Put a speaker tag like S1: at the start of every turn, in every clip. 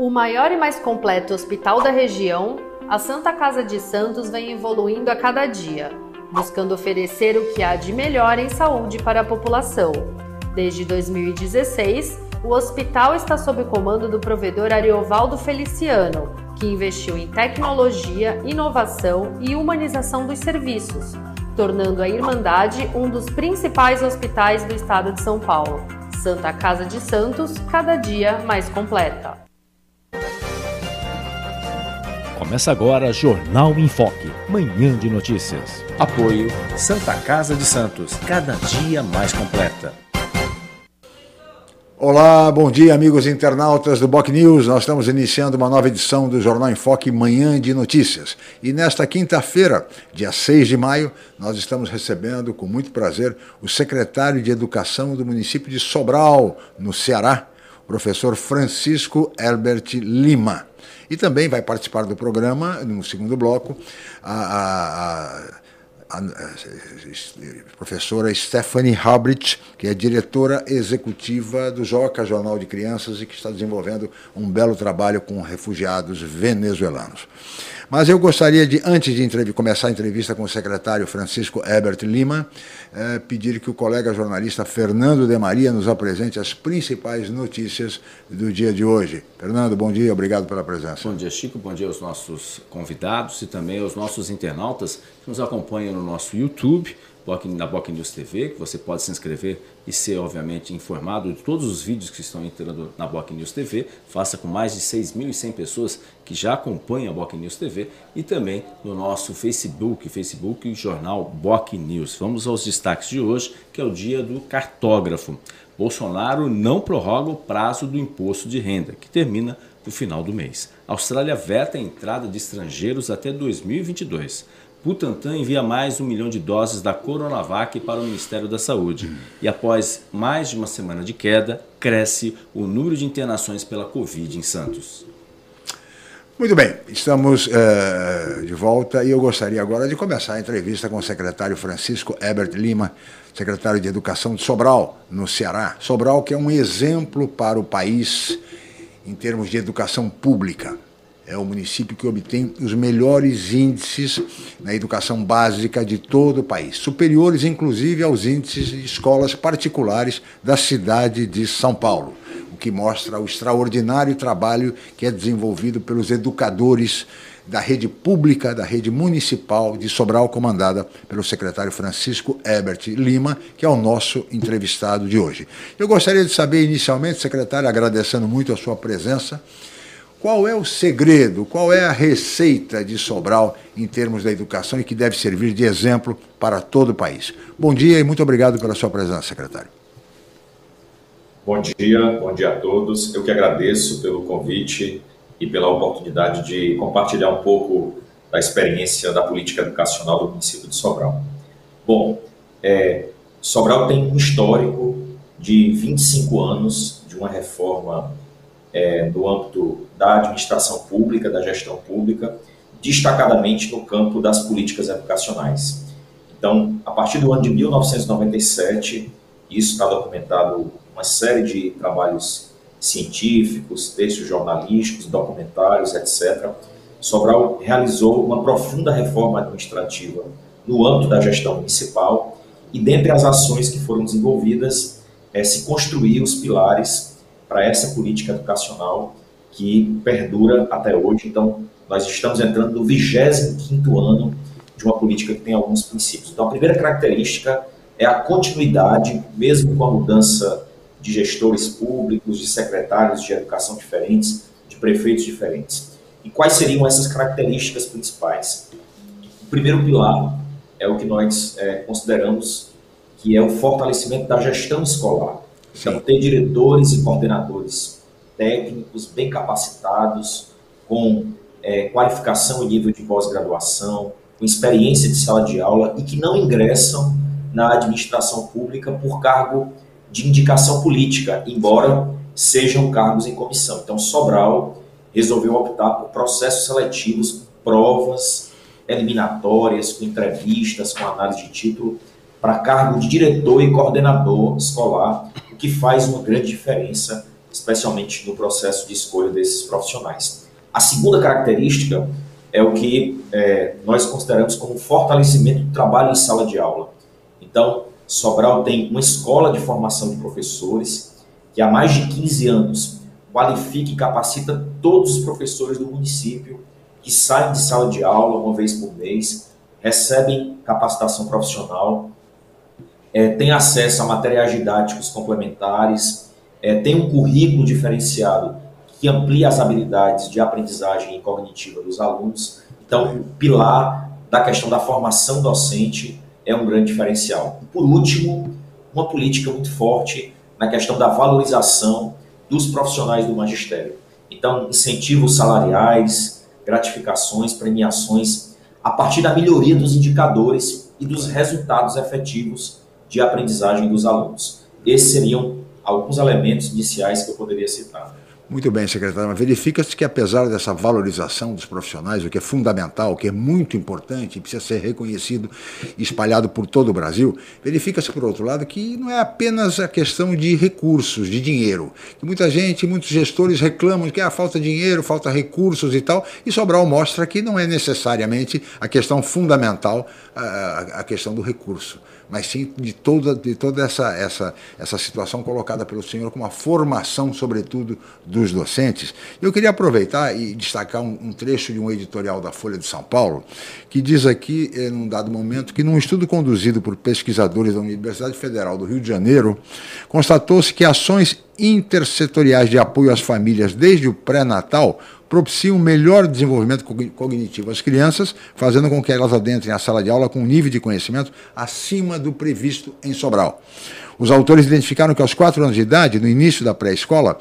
S1: O maior e mais completo hospital da região, a Santa Casa de Santos vem evoluindo a cada dia, buscando oferecer o que há de melhor em saúde para a população. Desde 2016, o hospital está sob o comando do provedor Ariovaldo Feliciano, que investiu em tecnologia, inovação e humanização dos serviços, tornando a Irmandade um dos principais hospitais do estado de São Paulo. Santa Casa de Santos, cada dia mais completa.
S2: Começa agora Jornal em Foque, manhã de notícias.
S3: Apoio Santa Casa de Santos, cada dia mais completa.
S4: Olá, bom dia amigos internautas do Boc News. Nós estamos iniciando uma nova edição do Jornal em Foque, manhã de notícias. E nesta quinta-feira, dia 6 de maio, nós estamos recebendo com muito prazer o secretário de Educação do município de Sobral, no Ceará, o professor Francisco Herbert Lima. E também vai participar do programa, no segundo bloco, a professora Stephanie Habrich, que é diretora executiva do JOCA, Jornal de Crianças, e que está desenvolvendo um belo trabalho com refugiados venezuelanos. Mas eu gostaria de, antes de começar a entrevista com o secretário Francisco Herbert Lima, pedir que o colega jornalista Fernando de Maria nos apresente as principais notícias do dia de hoje. Fernando, bom dia, obrigado pela presença.
S3: Bom dia, Chico, bom dia aos nossos convidados e também aos nossos internautas que nos acompanham no nosso YouTube, na Boc News TV, que você pode se inscrever e ser, obviamente, informado de todos os vídeos que estão entrando na Boc News TV. Faça com mais de 6.100 pessoas que já acompanham a Boc News TV e também no nosso Facebook Jornal Boc News. Vamos aos destaques de hoje, que é o dia do cartógrafo. Bolsonaro não prorroga o prazo do imposto de renda, que termina no final do mês. A Austrália veta a entrada de estrangeiros até 2022. Butantan envia mais 1 milhão de doses da Coronavac para o Ministério da Saúde. E após mais de uma semana de queda, cresce o número de internações pela Covid em Santos.
S4: Muito bem, estamos de volta e eu gostaria agora de começar a entrevista com o secretário Francisco Herbert Lima, secretário de Educação de Sobral, no Ceará. Sobral, que é um exemplo para o país em termos de educação pública. É o município que obtém os melhores índices na educação básica de todo o país, superiores inclusive aos índices de escolas particulares da cidade de São Paulo, o que mostra o extraordinário trabalho que é desenvolvido pelos educadores da rede pública, da rede municipal de Sobral, comandada pelo secretário Francisco Herbert Lima, que é o nosso entrevistado de hoje. Eu gostaria de saber inicialmente, secretário, agradecendo muito a sua presença, qual é o segredo, qual é a receita de Sobral em termos da educação e que deve servir de exemplo para todo o país? Bom dia e muito obrigado pela sua presença, secretário.
S5: Bom dia a todos. Eu que agradeço pelo convite e pela oportunidade de compartilhar um pouco da experiência da política educacional do município de Sobral. Bom, Sobral tem um histórico de 25 anos de uma reforma no âmbito da administração pública, da gestão pública, destacadamente no campo das políticas educacionais. Então, a partir do ano de 1997, isso está documentado uma série de trabalhos científicos, textos jornalísticos, documentários, etc. Sobral realizou uma profunda reforma administrativa no âmbito da gestão municipal e, dentre as ações que foram desenvolvidas, se construir os pilares para essa política educacional que perdura até hoje. Então, nós estamos entrando no 25º ano de uma política que tem alguns princípios. Então, a primeira característica é a continuidade, mesmo com a mudança de gestores públicos, de secretários de educação diferentes, de prefeitos diferentes. E quais seriam essas características principais? O primeiro pilar é o que nós consideramos que é o fortalecimento da gestão escolar. Então, ter diretores e coordenadores técnicos bem capacitados, com qualificação e nível de pós-graduação, com experiência de sala de aula e que não ingressam na administração pública por cargo de indicação política, embora sejam cargos em comissão. Então, Sobral resolveu optar por processos seletivos, provas eliminatórias, com entrevistas, com análise de título, para cargo de diretor e coordenador escolar, o que faz uma grande diferença especialmente no processo de escolha desses profissionais. A segunda característica é o que nós consideramos como fortalecimento do trabalho em sala de aula. Então, Sobral tem uma escola de formação de professores que há mais de 15 anos qualifica e capacita todos os professores do município que saem de sala de aula uma vez por mês, recebem capacitação profissional, tem acesso a materiais didáticos complementares, tem um currículo diferenciado que amplia as habilidades de aprendizagem cognitiva dos alunos. Então, o pilar da questão da formação docente é um grande diferencial. Por último, uma política muito forte na questão da valorização dos profissionais do magistério. Então, incentivos salariais, gratificações, premiações, a partir da melhoria dos indicadores e dos resultados efetivos de aprendizagem dos alunos. Esses seriam alguns elementos iniciais que eu poderia citar.
S4: Muito bem, secretário, mas verifica-se que apesar dessa valorização dos profissionais, o que é fundamental, o que é muito importante e precisa ser reconhecido e espalhado por todo o Brasil, verifica-se, por outro lado, que não é apenas a questão de recursos, de dinheiro. Que muita gente, muitos gestores reclamam que falta dinheiro, falta recursos e tal, e Sobral mostra que não é necessariamente a questão fundamental, a questão do recurso, mas sim de toda essa situação colocada pelo senhor como uma formação, sobretudo, dos docentes. Eu queria aproveitar e destacar um trecho de um editorial da Folha de São Paulo, que diz aqui, num dado momento, que num estudo conduzido por pesquisadores da Universidade Federal do Rio de Janeiro, constatou-se que ações intersetoriais de apoio às famílias desde o pré-natal propiciam um melhor desenvolvimento cognitivo às crianças, fazendo com que elas adentrem a sala de aula com um nível de conhecimento acima do previsto em Sobral. Os autores identificaram que aos 4 anos de idade, no início da pré-escola,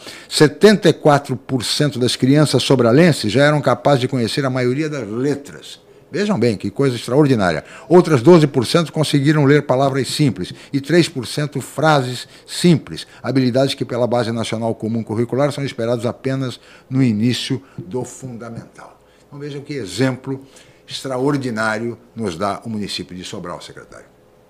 S4: 74% das crianças sobralenses já eram capazes de conhecer a maioria das letras. Vejam bem, que coisa extraordinária. Outras 12% conseguiram ler palavras simples e 3% frases simples, habilidades que pela Base Nacional Comum Curricular são esperadas apenas no início do fundamental. Então vejam que exemplo extraordinário nos dá o município de Sobral, secretário.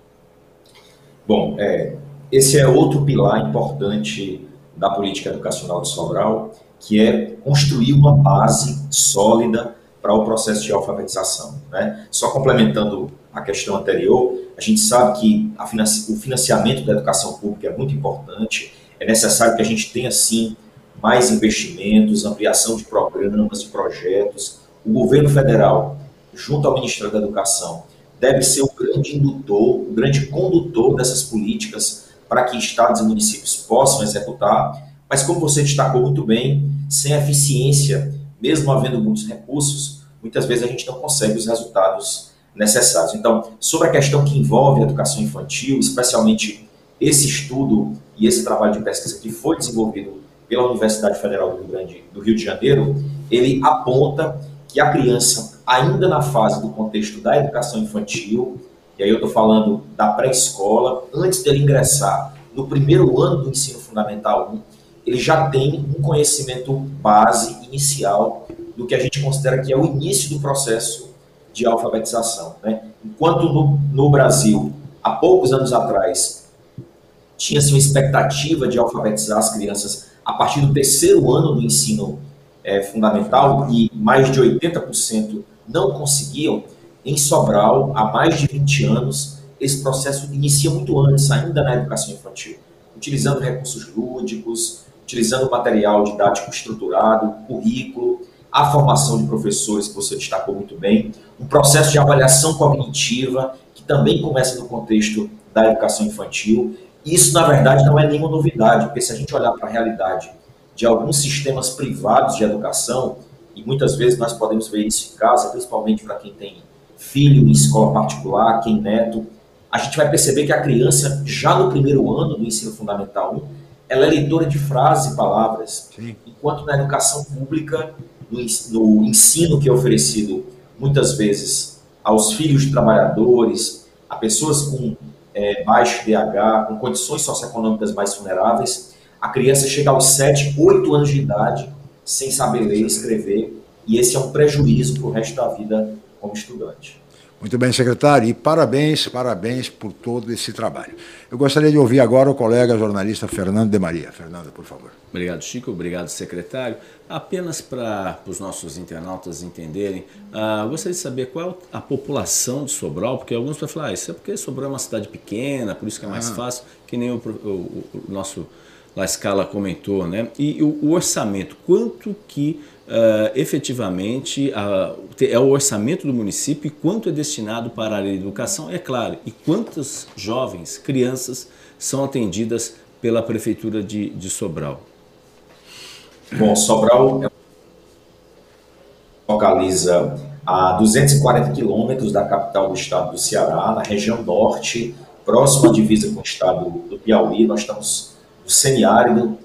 S5: Bom, esse é outro pilar importante da política educacional de Sobral, que é construir uma base sólida para o processo de alfabetização, né? Só complementando a questão anterior, a gente sabe que o financiamento da educação pública é muito importante, é necessário que a gente tenha, sim, mais investimentos, ampliação de programas, de projetos. O governo federal, junto ao Ministério da Educação, deve ser o grande indutor, o grande condutor dessas políticas para que estados e municípios possam executar, mas como você destacou muito bem, sem eficiência, mesmo havendo muitos recursos, muitas vezes a gente não consegue os resultados necessários. Então, sobre a questão que envolve a educação infantil, especialmente esse estudo e esse trabalho de pesquisa que foi desenvolvido pela Universidade Federal do Rio de Janeiro, ele aponta que a criança, ainda na fase do contexto da educação infantil, e aí eu estou falando da pré-escola, antes dele ingressar no primeiro ano do ensino fundamental 1, ele já tem um conhecimento base inicial do que a gente considera que é o início do processo de alfabetização, né? Enquanto no Brasil, há poucos anos atrás, tinha-se uma expectativa de alfabetizar as crianças a partir do 3º ano do ensino fundamental e mais de 80% não conseguiam, em Sobral, há mais de 20 anos, esse processo inicia muito antes, ainda na educação infantil, utilizando recursos lúdicos, utilizando material didático estruturado, currículo, a formação de professores, que você destacou muito bem, um processo de avaliação cognitiva, que também começa no contexto da educação infantil. Isso, na verdade, não é nenhuma novidade, porque se a gente olhar para a realidade de alguns sistemas privados de educação, e muitas vezes nós podemos ver isso em casa, principalmente para quem tem filho em escola particular, quem neto, a gente vai perceber que a criança, já no primeiro ano do ensino fundamental 1, ela é leitora de frases e palavras. Sim. Enquanto na educação pública, no ensino que é oferecido muitas vezes aos filhos de trabalhadores, a pessoas com baixo DH, com condições socioeconômicas mais vulneráveis, a criança chega aos 7, 8 anos de idade sem saber ler e escrever, e esse é um prejuízo para o resto da vida como estudante.
S4: Muito bem, secretário, e parabéns por todo esse trabalho. Eu gostaria de ouvir agora o colega jornalista Fernando de Maria. Fernando, por favor.
S3: Obrigado, Chico. Obrigado, secretário. Apenas para os nossos internautas entenderem, gostaria de saber qual é a população de Sobral, porque alguns vão falar, isso é porque Sobral é uma cidade pequena, por isso que é mais fácil, que nem o nosso La Scala comentou, né? E o orçamento, quanto que efetivamente é o orçamento do município e quanto é destinado para a área de educação, é claro, e quantas jovens, crianças são atendidas pela Prefeitura de Sobral?
S5: Bom, Sobral localiza a 240 quilômetros da capital do estado do Ceará, na região norte, próxima à divisa com o estado do Piauí. Nós estamos no semiárido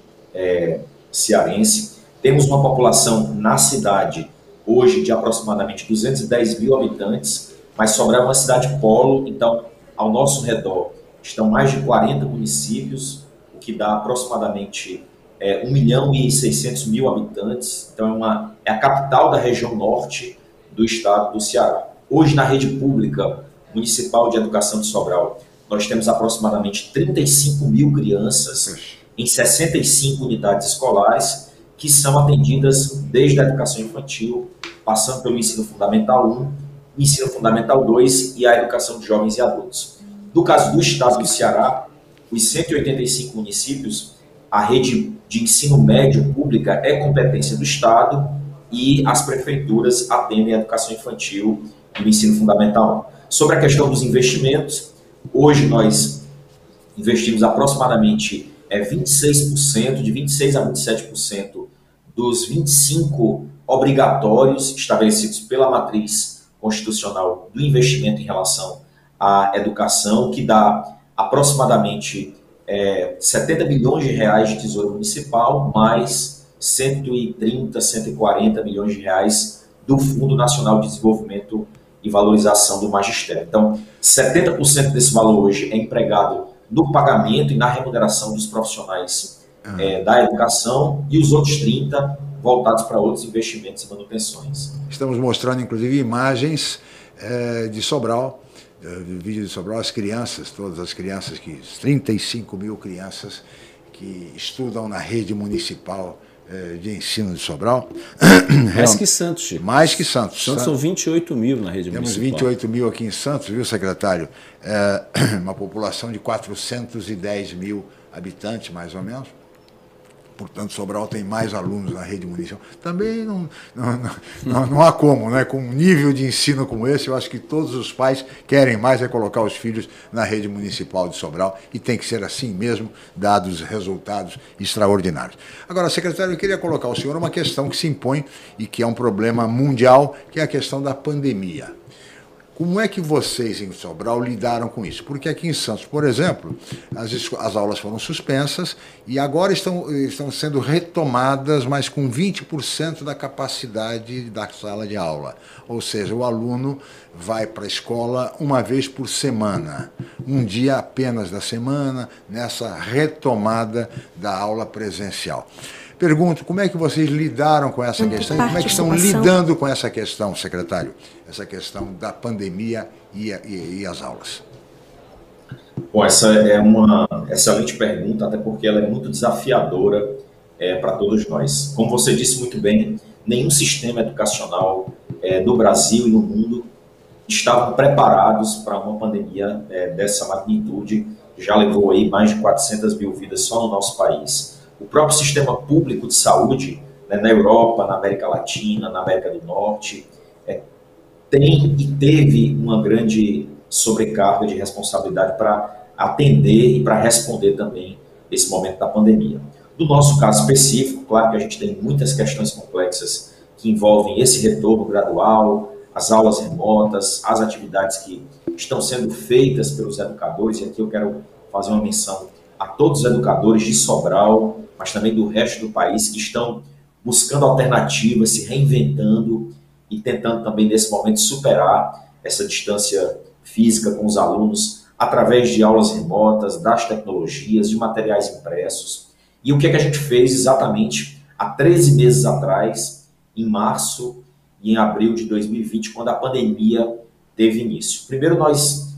S5: cearense. Temos uma população na cidade hoje de aproximadamente 210 mil habitantes, mas Sobral é uma cidade polo, então ao nosso redor estão mais de 40 municípios, o que dá aproximadamente 1.600.000 habitantes, então é a capital da região norte do estado do Ceará. Hoje, na rede pública municipal de educação de Sobral, nós temos aproximadamente 35 mil crianças em 65 unidades escolares, que são atendidas desde a educação infantil, passando pelo ensino fundamental 1, ensino fundamental 2 e a educação de jovens e adultos. No caso do estado do Ceará, os 185 municípios, a rede de ensino médio pública é competência do estado e as prefeituras atendem a educação infantil e o ensino fundamental 1. Sobre a questão dos investimentos, hoje nós investimos aproximadamente 26%, de 26% a 27% dos 25 obrigatórios estabelecidos pela matriz constitucional do investimento em relação à educação, que dá aproximadamente 70 bilhões de reais de tesouro municipal, mais 130, 140 milhões de reais do Fundo Nacional de Desenvolvimento e Valorização do Magistério. Então, 70% desse valor hoje é empregado no pagamento e na remuneração dos profissionais da educação, e os outros 30% voltados para outros investimentos e manutenções.
S4: Estamos mostrando, inclusive, imagens de Sobral, vídeo de Sobral, as crianças, todas as crianças, 35 mil crianças que estudam na rede municipal de ensino de Sobral.
S3: Mais que Santos, Chico.
S4: Mais que Santos.
S3: Santos são 28 mil na rede
S4: Temos
S3: municipal.
S4: 28 mil aqui em Santos, viu, secretário? Uma população de 410 mil habitantes, mais ou menos. Portanto, Sobral tem mais alunos na rede municipal. Também não há como, né? Com um nível de ensino como esse, eu acho que todos os pais querem mais colocar os filhos na rede municipal de Sobral, e tem que ser assim mesmo, dados resultados extraordinários. Agora, secretário, eu queria colocar ao senhor uma questão que se impõe e que é um problema mundial, que é a questão da pandemia. Como é que vocês em Sobral lidaram com isso? Porque aqui em Santos, por exemplo, as aulas foram suspensas e agora estão sendo retomadas, mas com 20% da capacidade da sala de aula. Ou seja, o aluno vai para a escola uma vez por semana, um dia apenas da semana, nessa retomada da aula presencial. Pergunto, como é que vocês lidaram com essa questão e como é que estão lidando com essa questão, secretário? Essa questão da pandemia e as aulas.
S5: Bom, essa é uma excelente pergunta, até porque ela é muito desafiadora para todos nós. Como você disse muito bem, nenhum sistema educacional do Brasil e no mundo estavam preparados para uma pandemia dessa magnitude. Já levou aí mais de 400 mil vidas só no nosso país. O próprio sistema público de saúde, na Europa, na América Latina, na América do Norte, tem e teve uma grande sobrecarga de responsabilidade para atender e para responder também esse momento da pandemia. No nosso caso específico, claro que a gente tem muitas questões complexas que envolvem esse retorno gradual, as aulas remotas, as atividades que estão sendo feitas pelos educadores, e aqui eu quero fazer uma menção a todos os educadores de Sobral, mas também do resto do país, que estão buscando alternativas, se reinventando e tentando também, nesse momento, superar essa distância física com os alunos através de aulas remotas, das tecnologias, de materiais impressos. E o que é que a gente fez exatamente há 13 meses atrás, em março e em abril de 2020, quando a pandemia teve início. Primeiro, nós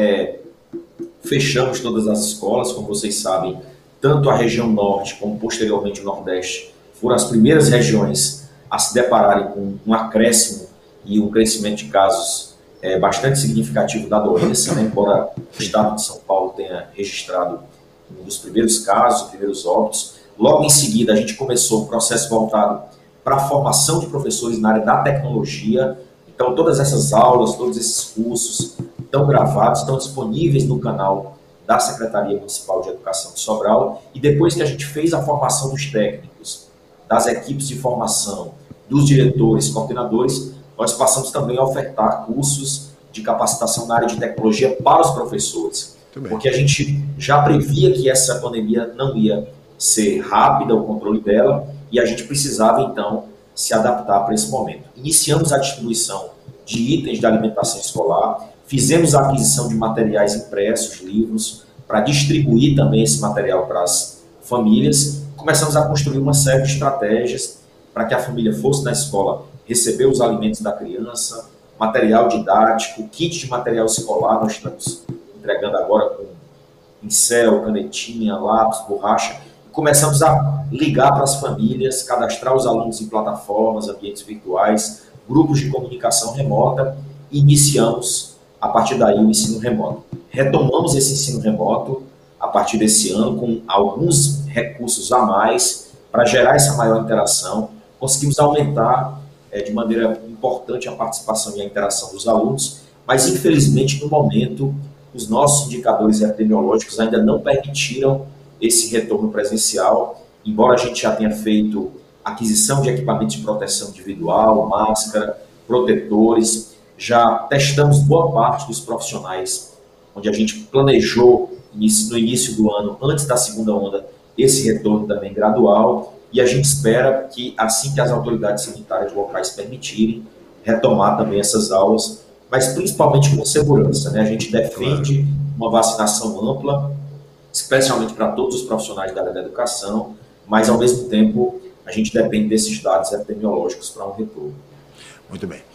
S5: fechamos todas as escolas, como vocês sabem, tanto a região norte como posteriormente o nordeste foram as primeiras regiões a se depararem com um acréscimo e um crescimento de casos bastante significativo da doença, né? Embora o estado de São Paulo tenha registrado um dos primeiros casos, primeiros óbitos. Logo em seguida, a gente começou um processo voltado para a formação de professores na área da tecnologia. Então, todas essas aulas, todos esses cursos estão gravados, estão disponíveis no canal da Secretaria Municipal de Educação de Sobral. E depois que a gente fez a formação dos técnicos, das equipes de formação, dos diretores, coordenadores, nós passamos também a ofertar cursos de capacitação na área de tecnologia para os professores. Porque a gente já previa que essa pandemia não ia ser rápida, o controle dela, e a gente precisava, então, se adaptar para esse momento. Iniciamos a distribuição de itens de alimentação escolar, fizemos a aquisição de materiais impressos, livros, para distribuir também esse material para as famílias. Começamos a construir uma série de estratégias para que a família fosse na escola receber os alimentos da criança, material didático, kit de material escolar, nós estamos entregando agora com pincel, canetinha, lápis, borracha. Começamos a ligar para as famílias, cadastrar os alunos em plataformas, ambientes virtuais, grupos de comunicação remota e iniciamos, a partir daí, o ensino remoto. Retomamos esse ensino remoto a partir desse ano com alguns recursos a mais para gerar essa maior interação. Conseguimos aumentar de maneira importante a participação e a interação dos alunos, mas infelizmente no momento os nossos indicadores epidemiológicos ainda não permitiram esse retorno presencial, embora a gente já tenha feito aquisição de equipamentos de proteção individual, máscara, protetores, já testamos boa parte dos profissionais, onde a gente planejou no início do ano, antes da segunda onda, esse retorno também gradual, e a gente espera que, assim que as autoridades sanitárias locais permitirem, retomar também essas aulas, mas principalmente com segurança, né? A gente defende uma vacinação ampla, especialmente para todos os profissionais da área da educação, mas, ao mesmo tempo, a gente depende desses dados epidemiológicos para um retorno.
S4: Muito bem.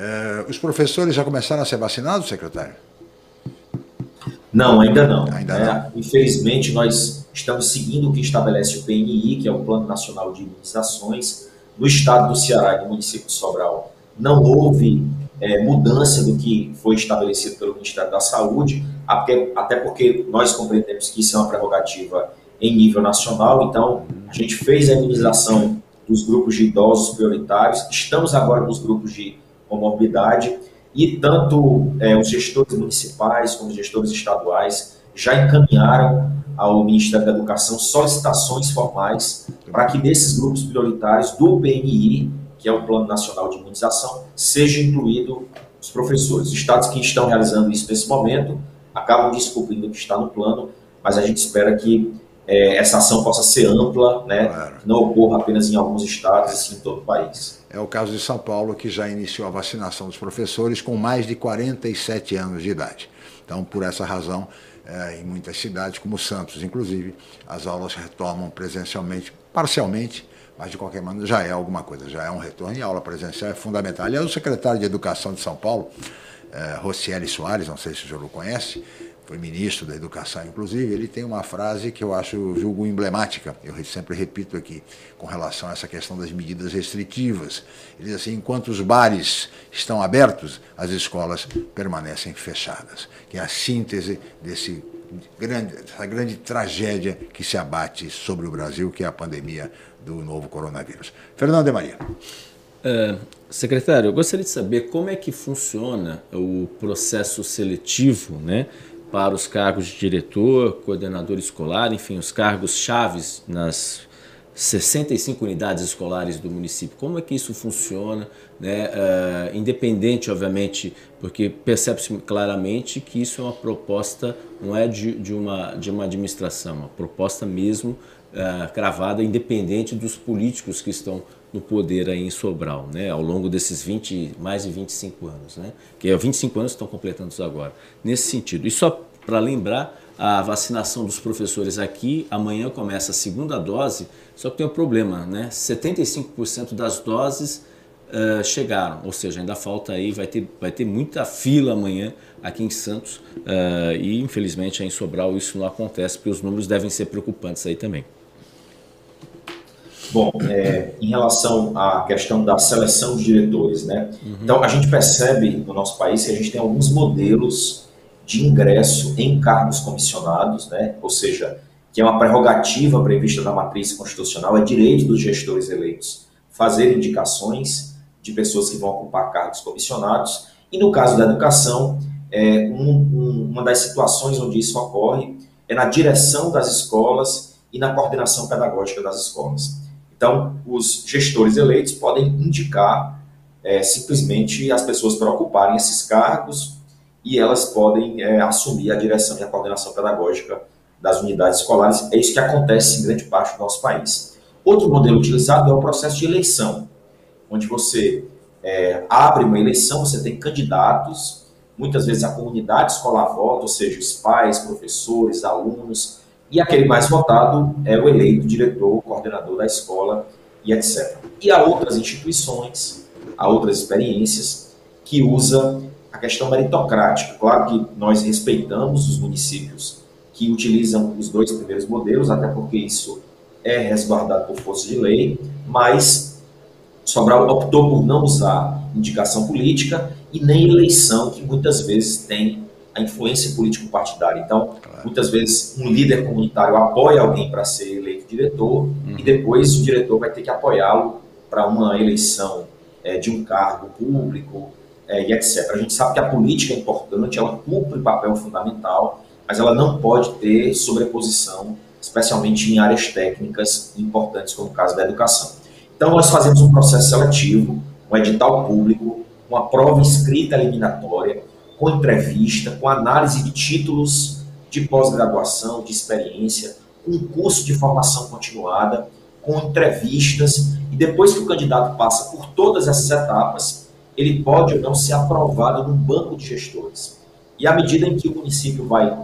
S4: Os professores já começaram a ser vacinados, secretário?
S5: Não, ainda não.
S4: Ainda não.
S5: Infelizmente, nós estamos seguindo o que estabelece o PNI, que é o Plano Nacional de Imunizações. No estado do Ceará e no município de Sobral, não houve mudança do que foi estabelecido pelo Ministério da Saúde, até porque nós compreendemos que isso é uma prerrogativa em nível nacional. Então, a gente fez a imunização dos grupos de idosos prioritários, estamos agora nos grupos de comorbidade, e tanto os gestores municipais como os gestores estaduais já encaminharam ao Ministério da Educação solicitações formais para que desses grupos prioritários do PNI, que é o Plano Nacional de Imunização, seja incluído os professores. Os estados que estão realizando isso nesse momento acabam descumprindo o que está no plano, mas a gente espera que essa ação possa ser ampla, né? Claro. Não ocorra apenas em alguns estados, e sim em todo o país.
S4: É o caso de São Paulo, que já iniciou a vacinação dos professores com mais de 47 anos de idade. Então, por essa razão, em muitas cidades, como Santos, inclusive, as aulas retomam presencialmente, parcialmente, mas de qualquer maneira já é alguma coisa, já é um retorno, e a aula presencial é fundamental. Aliás, o secretário de Educação de São Paulo, Rocieli Soares, não sei se o senhor o conhece, foi ministro da Educação, inclusive, ele tem uma frase que eu julgo emblemática, eu sempre repito aqui, com relação a essa questão das medidas restritivas. Ele diz assim: enquanto os bares estão abertos, as escolas permanecem fechadas, que é a síntese dessa grande tragédia que se abate sobre o Brasil, que é a pandemia do novo coronavírus. Fernando de Maria.
S3: Secretário, eu gostaria de saber como é que funciona o processo seletivo, né, para os cargos de diretor, coordenador escolar, enfim, os cargos chaves nas 65 unidades escolares do município. Como é que isso funciona, né? Independente, obviamente, porque percebe-se claramente que isso é uma proposta, não é de uma administração, uma proposta mesmo cravada, independente dos políticos que estão no poder aí em Sobral, né, ao longo desses mais de 25 anos, né, que é 25 anos que estão completando agora, nesse sentido. E só para lembrar, a vacinação dos professores aqui, amanhã começa a segunda dose, só que tem um problema, né, 75% das doses chegaram, ou seja, ainda falta aí, vai ter muita fila amanhã aqui em Santos e infelizmente aí em Sobral isso não acontece, porque os números devem ser preocupantes aí também.
S5: Bom, em relação à questão da seleção de diretores, né? Então a gente percebe no nosso país que a gente tem alguns modelos de ingresso em cargos comissionados, né? Ou seja, que é uma prerrogativa prevista na matriz constitucional, é direito dos gestores eleitos fazer indicações de pessoas que vão ocupar cargos comissionados. E no caso da educação, uma das situações onde isso ocorre é na direção das escolas e na coordenação pedagógica das escolas. Então, os gestores eleitos podem indicar simplesmente as pessoas para ocuparem esses cargos e elas podem assumir a direção e a coordenação pedagógica das unidades escolares. É isso que acontece em grande parte do nosso país. Outro modelo utilizado é o processo de eleição, onde você abre uma eleição, você tem candidatos, muitas vezes a comunidade escolar vota, ou seja, os pais, professores, alunos, e aquele mais votado é o eleito diretor, coordenador da escola e etc. E há outras instituições, há outras experiências que usam a questão meritocrática. Claro que nós respeitamos os municípios que utilizam os dois primeiros modelos, até porque isso é resguardado por força de lei, mas Sobral optou por não usar indicação política e nem eleição, que muitas vezes tem a influência político-partidária. Então, muitas vezes um líder comunitário apoia alguém para ser eleito diretor e depois o diretor vai ter que apoiá-lo para uma eleição de um cargo público e etc. A gente sabe que a política é importante, ela cumpre papel fundamental, mas ela não pode ter sobreposição, especialmente em áreas técnicas importantes, como o caso da educação. Então, nós fazemos um processo seletivo, um edital público, uma prova escrita eliminatória, com entrevista, com análise de títulos de pós-graduação, de experiência, um curso de formação continuada, com entrevistas, e depois que o candidato passa por todas essas etapas, ele pode ou não ser aprovado num banco de gestores. E à medida em que o município vai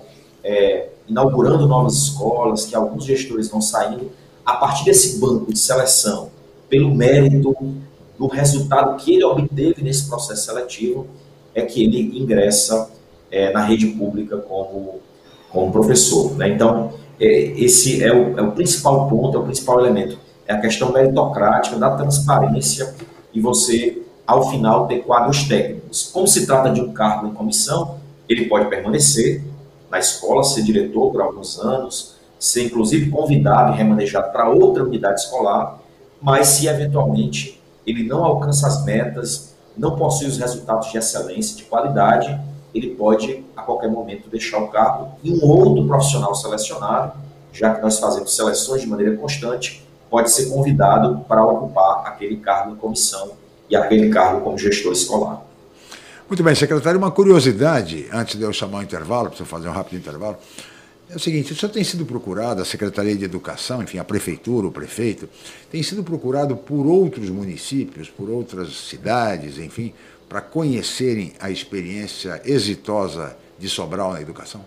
S5: inaugurando novas escolas, que alguns gestores vão saindo, a partir desse banco de seleção, pelo mérito do resultado que ele obteve nesse processo seletivo, é que ele ingressa na rede pública como professor, né? Então, esse é o principal ponto, é o principal elemento. É a questão meritocrática, da transparência e você, ao final, ter quadros técnicos. Como se trata de um cargo em comissão, ele pode permanecer na escola, ser diretor por alguns anos, ser inclusive convidado e remanejado para outra unidade escolar, mas se eventualmente ele não alcança as metas, não possui os resultados de excelência, de qualidade, ele pode a qualquer momento deixar o cargo e um outro profissional selecionado, já que nós fazemos seleções de maneira constante, pode ser convidado para ocupar aquele cargo em comissão e aquele cargo como gestor escolar.
S4: Muito bem, secretário, uma curiosidade, antes de eu chamar o intervalo, para você fazer um rápido intervalo, é o seguinte: o senhor tem sido procurado, a Secretaria de Educação, enfim, a Prefeitura, o prefeito, tem sido procurado por outros municípios, por outras cidades, enfim, para conhecerem a experiência exitosa de Sobral na educação?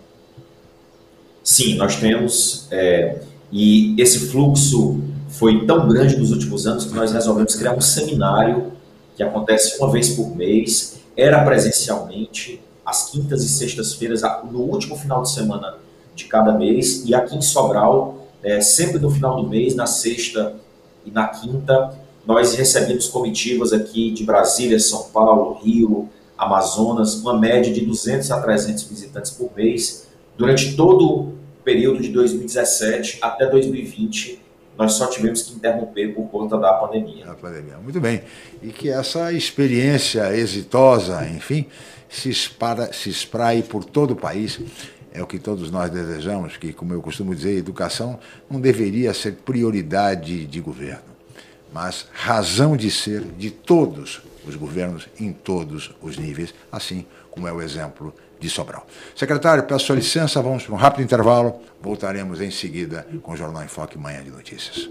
S5: Sim, nós temos, e esse fluxo foi tão grande nos últimos anos que nós resolvemos criar um seminário que acontece uma vez por mês, era presencialmente, às quintas e sextas-feiras, no último final de semana de cada mês, e aqui em Sobral, sempre no final do mês, na sexta e na quinta, nós recebemos comitivas aqui de Brasília, São Paulo, Rio, Amazonas, uma média de 200 a 300 visitantes por mês. Durante todo o período de 2017 até 2020, nós só tivemos que interromper por conta da pandemia.
S4: A pandemia, muito bem. E que essa experiência exitosa, enfim, se espraie por todo o país. É o que todos nós desejamos, que, como eu costumo dizer, a educação não deveria ser prioridade de governo, mas razão de ser de todos os governos em todos os níveis, assim como é o exemplo de Sobral. Secretário, peço sua licença, vamos para um rápido intervalo, voltaremos em seguida com o Jornal em Foque Manhã de Notícias.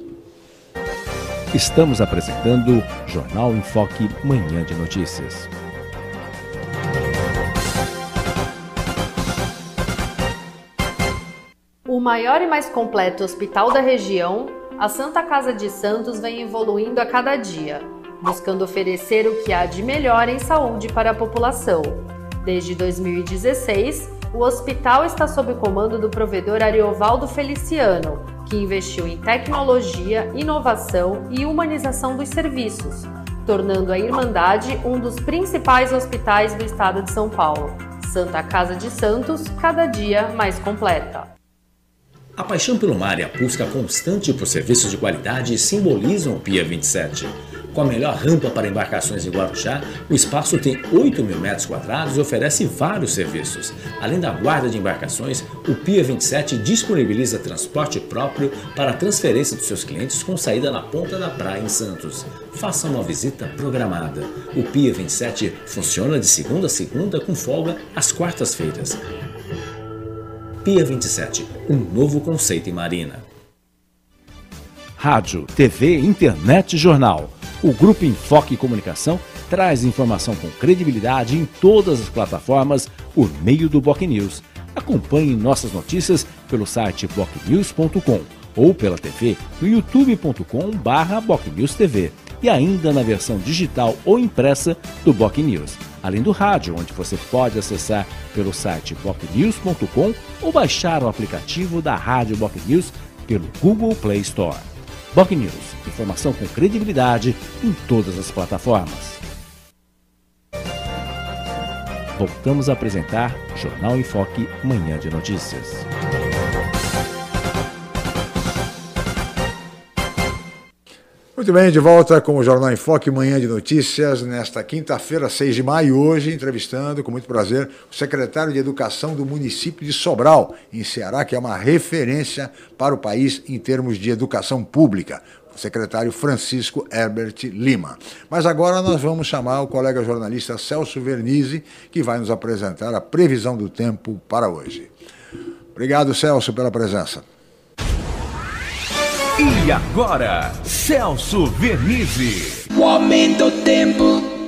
S2: Estamos apresentando Jornal em Foque Manhã de Notícias.
S1: O maior e mais completo hospital da região, a Santa Casa de Santos vem evoluindo a cada dia, buscando oferecer o que há de melhor em saúde para a população. Desde 2016, o hospital está sob o comando do provedor Ariovaldo Feliciano, que investiu em tecnologia, inovação e humanização dos serviços, tornando a Irmandade um dos principais hospitais do estado de São Paulo. Santa Casa de Santos, cada dia mais completa.
S3: A paixão pelo mar e a busca constante por serviços de qualidade simbolizam o Pia 27. Com a melhor rampa para embarcações em Guarujá, o espaço tem 8.000 metros quadrados e oferece vários serviços. Além da guarda de embarcações, o Pia 27 disponibiliza transporte próprio para a transferência dos seus clientes com saída na ponta da praia em Santos. Faça uma visita programada. O Pia 27 funciona de segunda a segunda com folga às quartas-feiras. Pia 27, um novo conceito em marina.
S2: Rádio, TV, internet e jornal. O Grupo Enfoque Comunicação traz informação com credibilidade em todas as plataformas por meio do BocNews. Acompanhe nossas notícias pelo site bocnews.com ou pela TV no youtube.com/BocNewsTV e ainda na versão digital ou impressa do BocNews. Além do rádio, onde você pode acessar pelo site bocnews.com ou baixar o aplicativo da Rádio BocNews pelo Google Play Store. BocNews, informação com credibilidade em todas as plataformas. Voltamos a apresentar Jornal em Foque, Manhã de Notícias.
S4: Muito bem, de volta com o Jornal em Foque, Manhã de Notícias, nesta quinta-feira, 6 de maio, hoje, entrevistando com muito prazer o secretário de Educação do município de Sobral, em Ceará, que é uma referência para o país em termos de educação pública, o secretário Francisco Herbert Lima. Mas agora nós vamos chamar o colega jornalista Celso Vernizzi, que vai nos apresentar a previsão do tempo para hoje. Obrigado, Celso, pela presença.
S6: E agora, Celso Vernizzi.
S7: O aumento do tempo.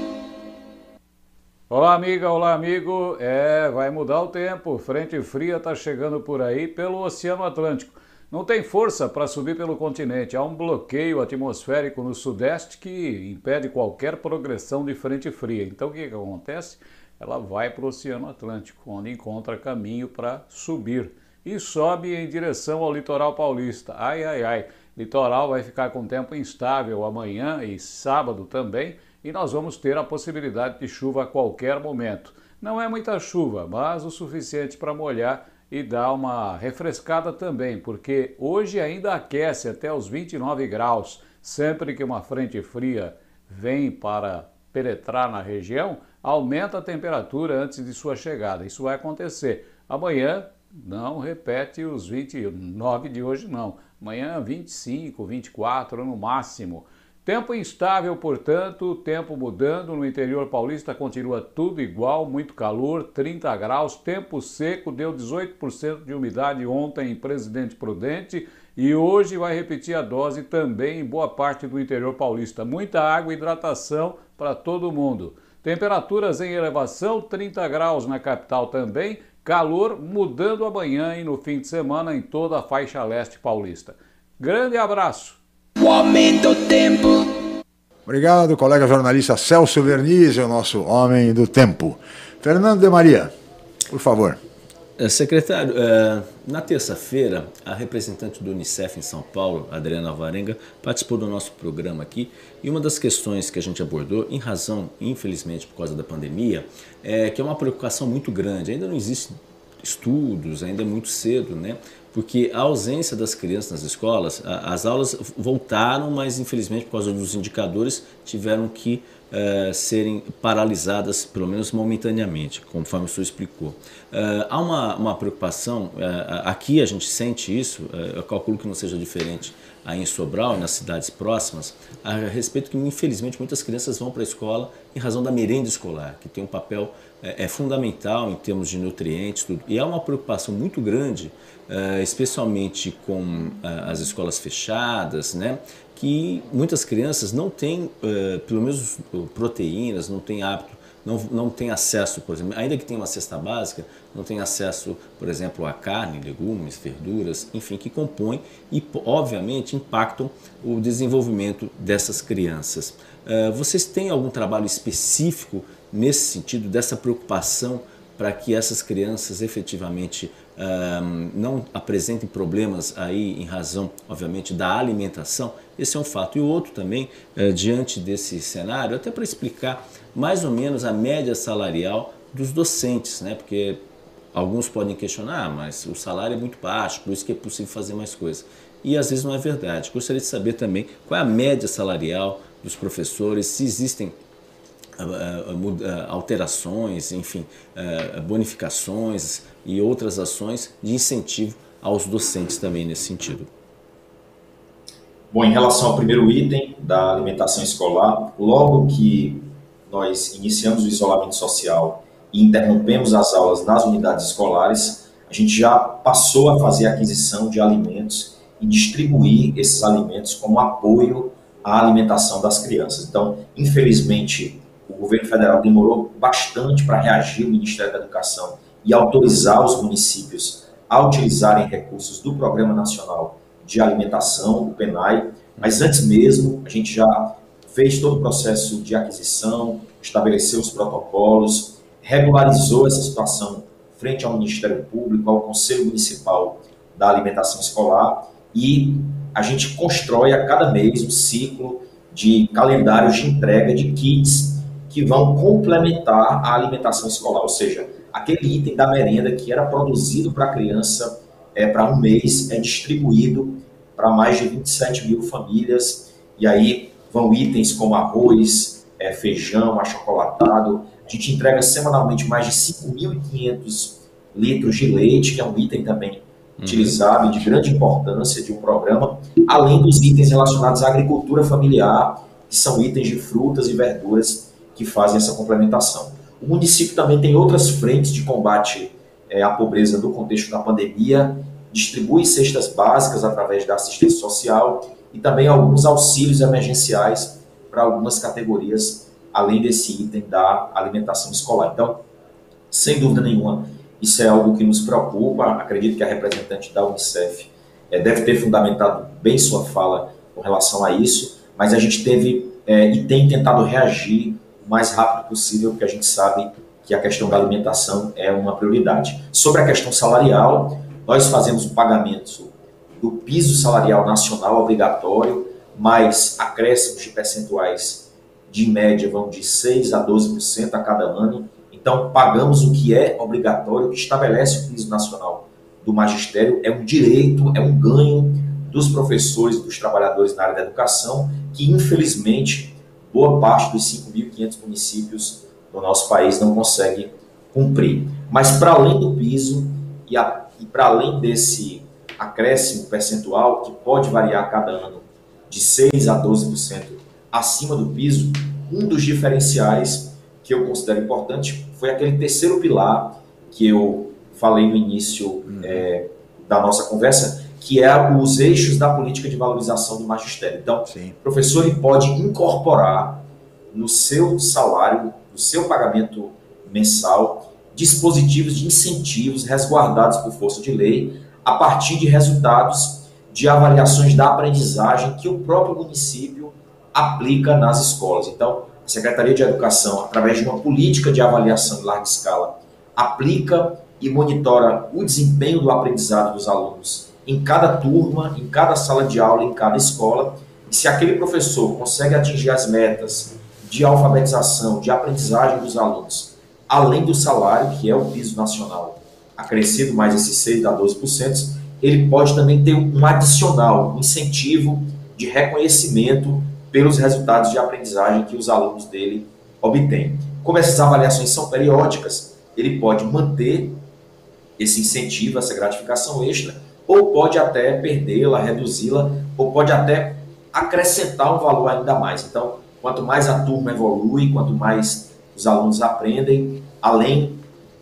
S8: Olá, amiga, olá, amigo. Vai mudar o tempo. Frente fria está chegando por aí pelo Oceano Atlântico. Não tem força para subir pelo continente. Há um bloqueio atmosférico no sudeste que impede qualquer progressão de frente fria. Então, o que acontece? Ela vai para o Oceano Atlântico, onde encontra caminho para subir. E sobe em direção ao litoral paulista. Ai, ai, ai. Litoral vai ficar com tempo instável amanhã e sábado também, e nós vamos ter a possibilidade de chuva a qualquer momento. Não é muita chuva, mas o suficiente para molhar e dar uma refrescada também, porque hoje ainda aquece até os 29 graus. Sempre que uma frente fria vem para penetrar na região, aumenta a temperatura antes de sua chegada. Isso vai acontecer. Amanhã não repete os 29 de hoje, não. Amanhã 25, 24 no máximo. Tempo instável, portanto, tempo mudando. No interior paulista continua tudo igual, muito calor, 30 graus. Tempo seco, deu 18% de umidade ontem em Presidente Prudente. E hoje vai repetir a dose também em boa parte do interior paulista. Muita água e hidratação para todo mundo. Temperaturas em elevação, 30 graus na capital também. Calor mudando amanhã e no fim de semana em toda a faixa leste paulista. Grande abraço.
S7: O aumento do tempo.
S4: Obrigado, colega jornalista Celso Vernizzi, o nosso homem do tempo. Fernando de Maria, por favor.
S3: Secretário, na terça-feira, a representante do Unicef em São Paulo, Adriana Alvarenga, participou do nosso programa aqui e uma das questões que a gente abordou, em razão, infelizmente, por causa da pandemia, é que é uma preocupação muito grande. Ainda não existem estudos, ainda é muito cedo, né? Porque a ausência das crianças nas escolas, as aulas voltaram, mas infelizmente por causa dos indicadores tiveram que serem paralisadas, pelo menos momentaneamente, conforme o senhor explicou. Há uma preocupação, aqui a gente sente isso, eu calculo que não seja diferente aí em Sobral e nas cidades próximas, a respeito que infelizmente muitas crianças vão para a escola em razão da merenda escolar, que tem um papel fundamental em termos de nutrientes, tudo. E há uma preocupação muito grande, especialmente com as escolas fechadas, né? Que muitas crianças não têm, pelo menos proteínas, não têm hábito não tem acesso, por exemplo, ainda que tenha uma cesta básica, não tem acesso, por exemplo, a carne, legumes, verduras, enfim, que compõem e, obviamente, impactam o desenvolvimento dessas crianças. Vocês têm algum trabalho específico nesse sentido, dessa preocupação para que essas crianças efetivamente não apresentem problemas aí em razão, obviamente, da alimentação? Esse é um fato. E o outro também, diante desse cenário, até para explicar mais ou menos a média salarial dos docentes, né? Porque alguns podem questionar, mas o salário é muito baixo, por isso que é possível fazer mais coisas. E às vezes não é verdade. Gostaria de saber também qual é a média salarial dos professores, se existem alterações, enfim, bonificações e outras ações de incentivo aos docentes também nesse sentido.
S5: Bom, em relação ao primeiro item da alimentação escolar, logo que nós iniciamos o isolamento social e interrompemos as aulas nas unidades escolares, a gente já passou a fazer a aquisição de alimentos e distribuir esses alimentos como apoio à alimentação das crianças. Então, infelizmente, o governo federal demorou bastante para reagir, o Ministério da Educação, e autorizar os municípios a utilizarem recursos do Programa Nacional de Alimentação, o PNAE, mas antes mesmo a gente já fez todo o processo de aquisição, estabeleceu os protocolos, regularizou essa situação frente ao Ministério Público, ao Conselho Municipal da Alimentação Escolar, e a gente constrói a cada mês um ciclo de calendários de entrega de kits que vão complementar a alimentação escolar, ou seja, aquele item da merenda que era produzido para a criança para um mês é distribuído para mais de 27 mil famílias, e aí vão itens como arroz, feijão, achocolatado. A gente entrega semanalmente mais de 5.500 litros de leite, que é um item também utilizado e de grande importância de um programa, além dos itens relacionados à agricultura familiar, que são itens de frutas e verduras que fazem essa complementação. O município também tem outras frentes de combate à pobreza no contexto da pandemia, distribui cestas básicas através da assistência social e também alguns auxílios emergenciais para algumas categorias, além desse item da alimentação escolar. Então, sem dúvida nenhuma, isso é algo que nos preocupa. Acredito que a representante da Unicef deve ter fundamentado bem sua fala com relação a isso, mas a gente teve e tem tentado reagir o mais rápido possível, porque a gente sabe que a questão da alimentação é uma prioridade. Sobre a questão salarial, nós fazemos o pagamento do piso salarial nacional obrigatório, mais acréscimos de percentuais de média vão de 6% a 12% a cada ano. Então, pagamos o que é obrigatório, que estabelece o piso nacional do magistério, é um direito, é um ganho dos professores e dos trabalhadores na área da educação, que infelizmente boa parte dos 5.500 municípios do nosso país não consegue cumprir. Mas para além do piso e para além desse acréscimo percentual, que pode variar a cada ano de 6% a 12% acima do piso, um dos diferenciais que eu considero importante foi aquele terceiro pilar que eu falei no início da nossa conversa, que é os eixos da política de valorização do magistério. Então, sim, o professor ele pode incorporar no seu salário, no seu pagamento mensal, dispositivos de incentivos resguardados por força de lei, a partir de resultados de avaliações da aprendizagem que o próprio município aplica nas escolas. Então, a Secretaria de Educação, através de uma política de avaliação em larga escala, aplica e monitora o desempenho do aprendizado dos alunos em cada turma, em cada sala de aula, em cada escola. E se aquele professor consegue atingir as metas de alfabetização, de aprendizagem dos alunos, além do salário, que é o piso nacional, acrescido mais esses 6% a 12%, ele pode também ter um adicional, um incentivo de reconhecimento pelos resultados de aprendizagem que os alunos dele obtêm. Como essas avaliações são periódicas, ele pode manter esse incentivo, essa gratificação extra, ou pode até perdê-la, reduzi-la, ou pode até acrescentar um valor ainda mais. Então, quanto mais a turma evolui, quanto mais os alunos aprendem, além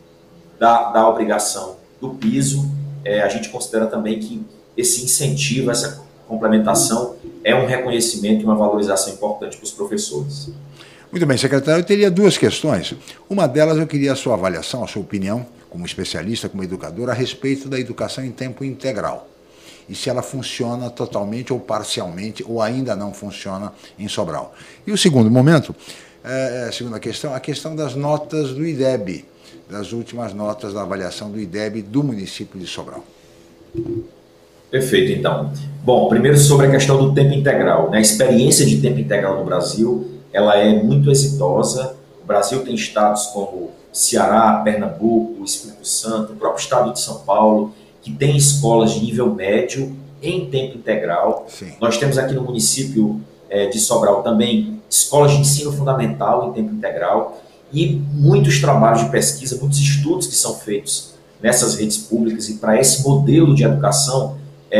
S5: da obrigação do piso, a gente considera também que esse incentivo, essa complementação, é um reconhecimento e uma valorização importante para os professores.
S4: Muito bem, secretário, eu teria duas questões. Uma delas eu queria a sua avaliação, a sua opinião, como especialista, como educador, a respeito da educação em tempo integral. E se ela funciona totalmente ou parcialmente, ou ainda não funciona em Sobral. E o segundo momento, a segunda questão, a questão das notas do IDEB, das últimas notas da avaliação do IDEB do município de Sobral.
S5: Perfeito, então. Bom, primeiro sobre a questão do tempo integral, né? A experiência de tempo integral no Brasil, ela é muito exitosa. O Brasil tem estados como Ceará, Pernambuco, Espírito Santo, o próprio estado de São Paulo, que tem escolas de nível médio em tempo integral.
S4: Sim.
S5: Nós temos aqui no município de Sobral também escolas de ensino fundamental em tempo integral e muitos trabalhos de pesquisa, muitos estudos que são feitos nessas redes públicas e para esse modelo de educação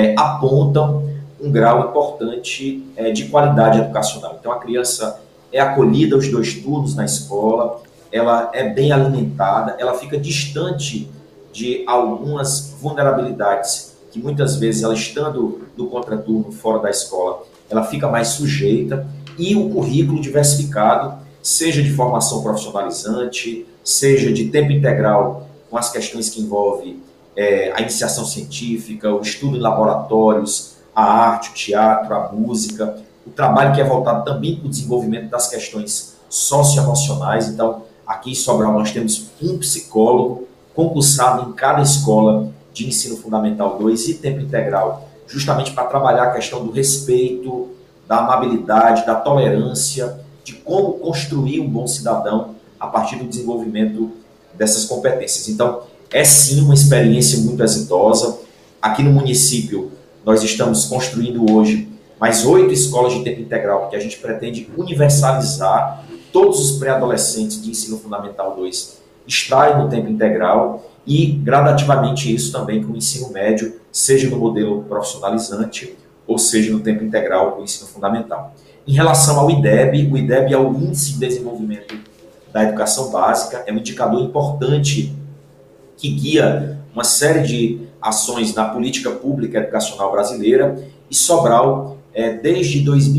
S5: apontam um grau importante de qualidade educacional. Então a criança é acolhida os 2 turnos na escola, ela é bem alimentada, ela fica distante de algumas vulnerabilidades que muitas vezes ela estando no contraturno fora da escola, ela fica mais sujeita, e o currículo diversificado, seja de formação profissionalizante, seja de tempo integral com as questões que envolvem a iniciação científica, o estudo em laboratórios, a arte, o teatro, a música, o trabalho que é voltado também para o desenvolvimento das questões socioemocionais. Então, aqui em Sobral nós temos um psicólogo concursado em cada escola de ensino fundamental 2 e tempo integral, justamente para trabalhar a questão do respeito, da amabilidade, da tolerância, de como construir um bom cidadão a partir do desenvolvimento dessas competências. Então, é sim uma experiência muito exitosa. Aqui no município, nós estamos construindo hoje mais 8 escolas de tempo integral, porque a gente pretende universalizar todos os pré-adolescentes de ensino fundamental 2 estarem no tempo integral e gradativamente isso também com o ensino médio, seja no modelo profissionalizante ou seja no tempo integral do ensino fundamental. Em relação ao IDEB, o IDEB é o Índice de Desenvolvimento da Educação Básica, é um indicador importante que guia uma série de ações na política pública educacional brasileira, e Sobral, desde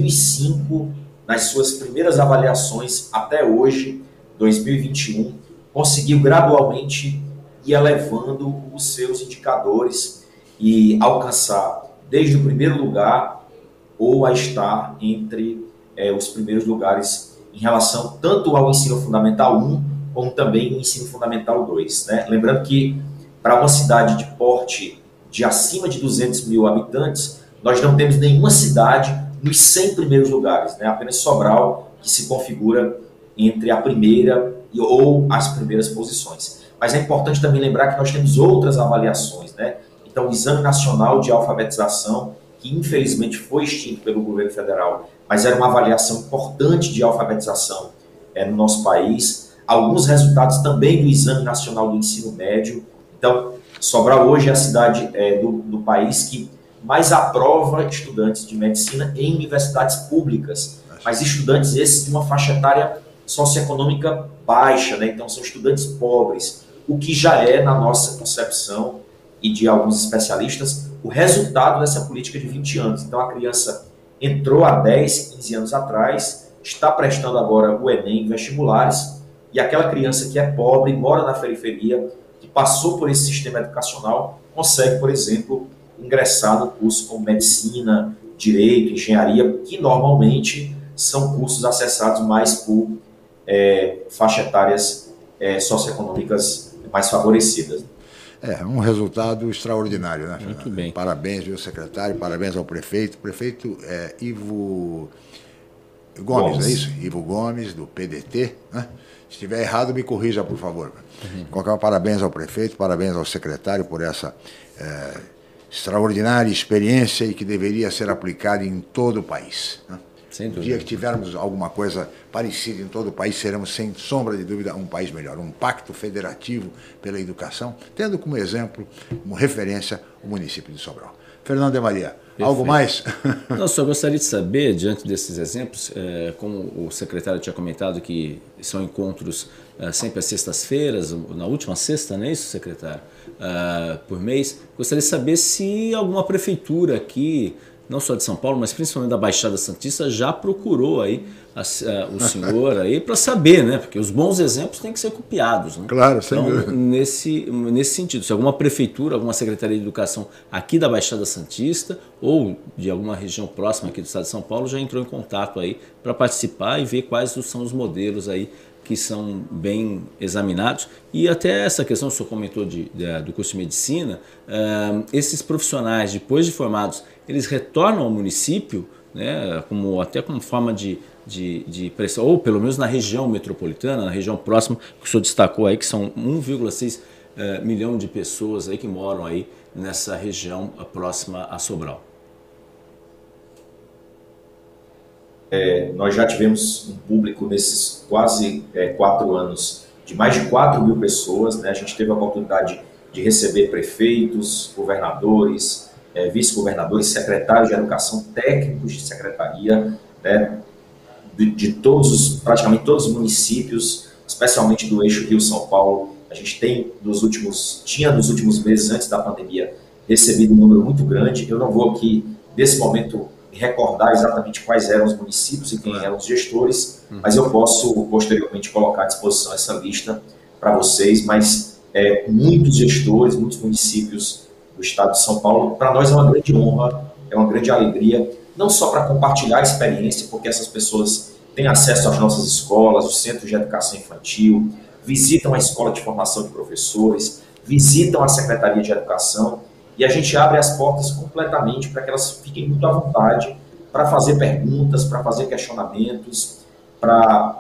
S5: 2005, nas suas primeiras avaliações até hoje, 2021, conseguiu gradualmente ir elevando os seus indicadores e alcançar desde o primeiro lugar ou a estar entre os primeiros lugares em relação tanto ao ensino fundamental 1 como também o ensino fundamental 2. Né? Lembrando que para uma cidade de porte de acima de 200 mil habitantes, nós não temos nenhuma cidade nos 100 primeiros lugares, né? Apenas Sobral que se configura entre a primeira ou as primeiras posições. Mas é importante também lembrar que nós temos outras avaliações, né? Então, o Exame Nacional de Alfabetização, que infelizmente foi extinto pelo governo federal, mas era uma avaliação importante de alfabetização no nosso país. Alguns resultados também do Exame Nacional do Ensino Médio. Então, Sobral hoje é a cidade do país que mais aprova estudantes de medicina em universidades públicas, mas estudantes esses de uma faixa etária socioeconômica baixa, né? Então são estudantes pobres, o que já é, na nossa concepção e de alguns especialistas, o resultado dessa política de 20 anos. Então a criança entrou há 10, 15 anos atrás, está prestando agora o Enem, vestibulares, e aquela criança que é pobre, mora na periferia, que passou por esse sistema educacional, consegue, por exemplo, ingressar no curso como medicina, direito, engenharia, que normalmente são cursos acessados mais por faixas etárias socioeconômicas mais favorecidas.
S4: Um resultado extraordinário, né, Fernando?
S3: Muito bem.
S4: Parabéns, viu, secretário, parabéns ao prefeito. O prefeito é Ivo Gomes, é isso? Ivo Gomes, do PDT, né? Se estiver errado, me corrija, por favor. Parabéns ao prefeito, parabéns ao secretário por essa extraordinária experiência e que deveria ser aplicada em todo o país, né?
S3: Sem dúvida.
S4: No dia que tivermos alguma coisa parecida em todo o país, seremos, sem sombra de dúvida, um país melhor. Um pacto federativo pela educação, tendo como exemplo, como referência, o município de Sobral. Fernando de Maria, perfeito. Algo mais?
S3: Não, só gostaria de saber, diante desses exemplos, como o secretário tinha comentado que são encontros sempre às sextas-feiras, na última sexta, não é isso, secretário? Por mês, gostaria de saber se alguma prefeitura aqui não só de São Paulo, mas principalmente da Baixada Santista, já procurou aí o senhor aí para saber, né? Porque os bons exemplos têm que ser copiados, né?
S4: Claro, sem dúvida.
S3: Então, nesse sentido, se alguma prefeitura, alguma Secretaria de Educação aqui da Baixada Santista ou de alguma região próxima aqui do estado de São Paulo já entrou em contato aí para participar e ver quais são os modelos aí que são bem examinados. E até essa questão, o senhor comentou do curso de medicina, esses profissionais, depois de formados, eles retornam ao município, né, até como forma de pressão, ou pelo menos na região metropolitana, na região próxima, que o senhor destacou aí, que são 1,6 milhão de pessoas aí que moram aí nessa região próxima a Sobral.
S5: Nós já tivemos um público nesses quase 4 anos de mais de 4 mil pessoas, né? A gente teve a oportunidade de receber prefeitos, governadores, vice-governadores, secretários de educação, técnicos de secretaria, né? de praticamente todos os municípios, especialmente do eixo Rio-São Paulo. A gente tinha nos últimos meses, antes da pandemia, recebido um número muito grande. Eu não vou aqui, nesse momento, recordar exatamente quais eram os municípios e quem eram os gestores, mas eu posso posteriormente colocar à disposição essa lista para vocês, mas muitos gestores, muitos municípios do estado de São Paulo. Para nós é uma grande honra, é uma grande alegria, não só para compartilhar a experiência, porque essas pessoas têm acesso às nossas escolas, os centros de educação infantil, visitam a escola de formação de professores, visitam a Secretaria de Educação, e a gente abre as portas completamente para que elas fiquem muito à vontade para fazer perguntas, para fazer questionamentos, para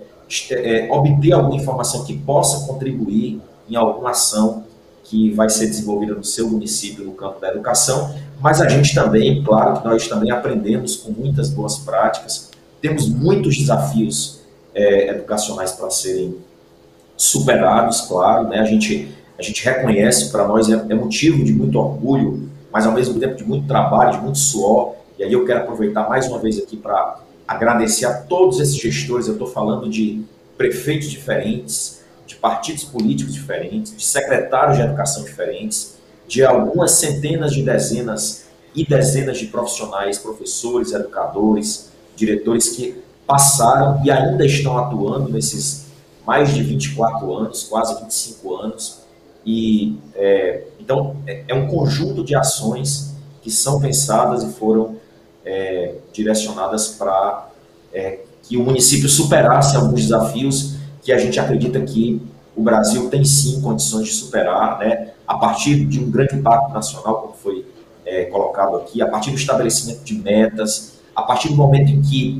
S5: obter alguma informação que possa contribuir em alguma ação que vai ser desenvolvida no seu município no campo da educação. Mas a gente também, claro que nós também aprendemos com muitas boas práticas, temos muitos desafios educacionais para serem superados, claro, né? A gente reconhece, para nós é motivo de muito orgulho, mas ao mesmo tempo de muito trabalho, de muito suor. E aí eu quero aproveitar mais uma vez aqui para agradecer a todos esses gestores. Eu estou falando de prefeitos diferentes, de partidos políticos diferentes, de secretários de educação diferentes, de algumas centenas de dezenas e dezenas de profissionais, professores, educadores, diretores que passaram e ainda estão atuando nesses mais de 24 anos, quase 25 anos. E então é um conjunto de ações que são pensadas e foram direcionadas para que o município superasse alguns desafios que a gente acredita que o Brasil tem sim condições de superar, né, a partir de um grande pacto nacional, como foi colocado aqui, a partir do estabelecimento de metas, a partir do momento em que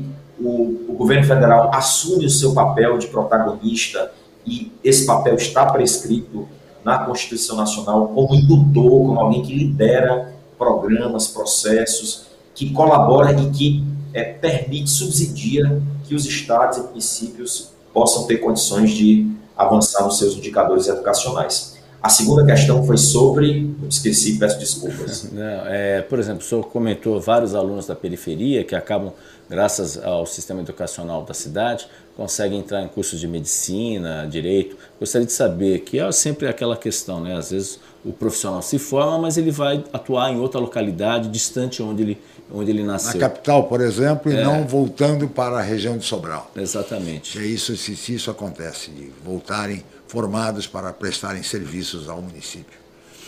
S5: o governo federal assume o seu papel de protagonista, e esse papel está prescrito na Constituição Nacional como indutor, como alguém que lidera programas, processos, que colabora e que permite, subsidia que os estados e municípios possam ter condições de avançar nos seus indicadores educacionais. A segunda questão foi sobre... Eu esqueci, peço desculpas.
S3: Por exemplo, o senhor comentou vários alunos da periferia que acabam, graças ao sistema educacional da cidade, conseguem entrar em cursos de medicina, direito. Gostaria de saber que é sempre aquela questão, né? Às vezes o profissional se forma, mas ele vai atuar em outra localidade, distante onde ele nasceu.
S4: Na capital, por exemplo, e não voltando para a região de Sobral.
S3: Exatamente.
S4: Se isso acontece, de voltarem formados para prestarem serviços ao município.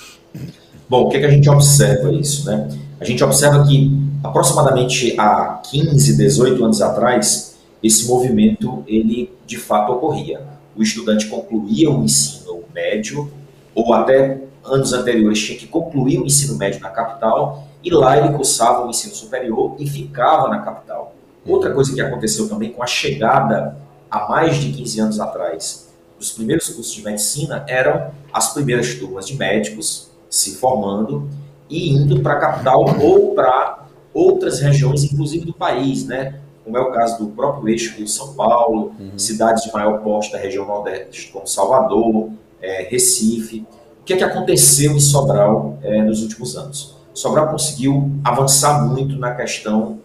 S5: Bom, o que a gente observa isso, né? A gente observa que aproximadamente há 15, 18 anos atrás, esse movimento, ele de fato ocorria. O estudante concluía o ensino médio, ou até anos anteriores tinha que concluir o ensino médio na capital, e lá ele cursava o ensino superior e ficava na capital. Outra coisa que aconteceu também com a chegada, há mais de 15 anos atrás, dos primeiros cursos de medicina, eram as primeiras turmas de médicos se formando e indo para a capital ou para outras regiões, inclusive do país, né? Como é o caso do próprio eixo Rio-São Paulo, cidades de maior porte da região nordeste, como Salvador, Recife. O que aconteceu em Sobral nos últimos anos? Sobral conseguiu avançar muito na questão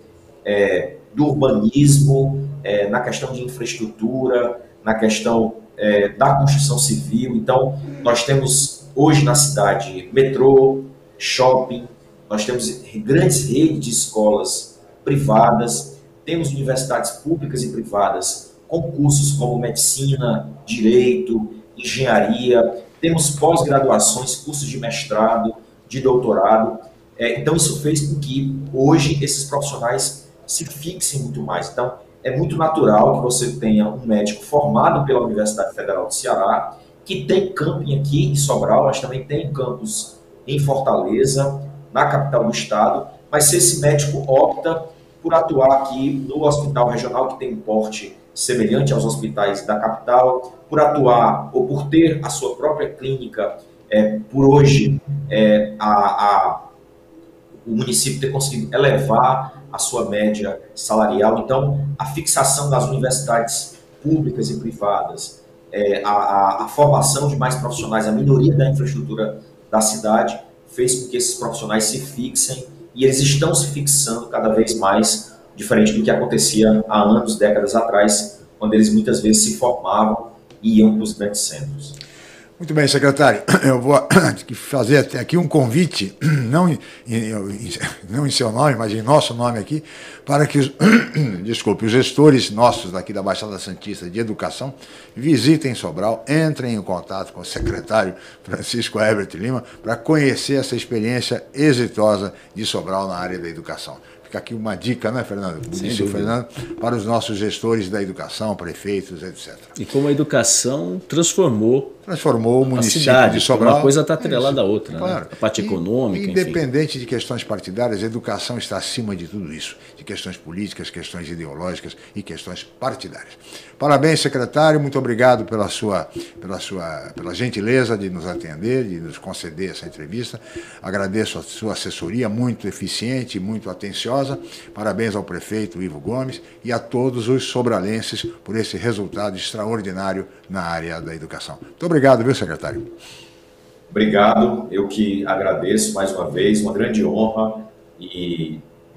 S5: do urbanismo, na questão de infraestrutura, na questão da construção civil. Então, nós temos hoje na cidade metrô, shopping, nós temos grandes redes de escolas privadas, temos universidades públicas e privadas com cursos como medicina, direito, engenharia, temos pós-graduações, cursos de mestrado, de doutorado. Então isso fez com que hoje esses profissionais se fixem muito mais. Então é muito natural que você tenha um médico formado pela Universidade Federal do Ceará, que tem camping aqui em Sobral, mas também tem campus em Fortaleza, na capital do estado, mas se esse médico opta por atuar aqui no hospital regional, que tem um porte semelhante aos hospitais da capital, por atuar ou por ter a sua própria clínica, por hoje o município ter conseguido elevar a sua média salarial. Então, a fixação das universidades públicas e privadas, a formação de mais profissionais, a melhoria da infraestrutura da cidade, fez com que esses profissionais se fixem, e eles estão se fixando cada vez mais, diferente do que acontecia há anos, décadas atrás, quando eles muitas vezes se formavam e iam para os grandes centros.
S4: Muito bem, secretário. Eu vou fazer aqui um convite, não em seu nome, mas em nosso nome aqui, para que os gestores nossos daqui da Baixada Santista de Educação visitem Sobral, entrem em contato com o secretário Francisco Herbert Lima para conhecer essa experiência exitosa de Sobral na área da educação. Fica aqui uma dica, né, Fernando? Disse o Fernando, para os nossos gestores da educação, prefeitos, etc.
S3: E como a educação transformou
S4: o município
S3: cidade,
S4: de Sobral.
S3: Uma coisa está atrelada à outra,
S4: claro.
S3: Né? A parte econômica,
S4: independente de questões partidárias, a educação está acima de tudo isso, de questões políticas, questões ideológicas e questões partidárias. Parabéns, secretário, muito obrigado pela gentileza de nos atender, de nos conceder essa entrevista. Agradeço a sua assessoria, muito eficiente, muito atenciosa. Parabéns ao prefeito Ivo Gomes e a todos os sobralenses por esse resultado extraordinário na área da educação. Muito obrigado, viu, secretário?
S5: Obrigado, eu que agradeço mais uma vez, uma grande honra e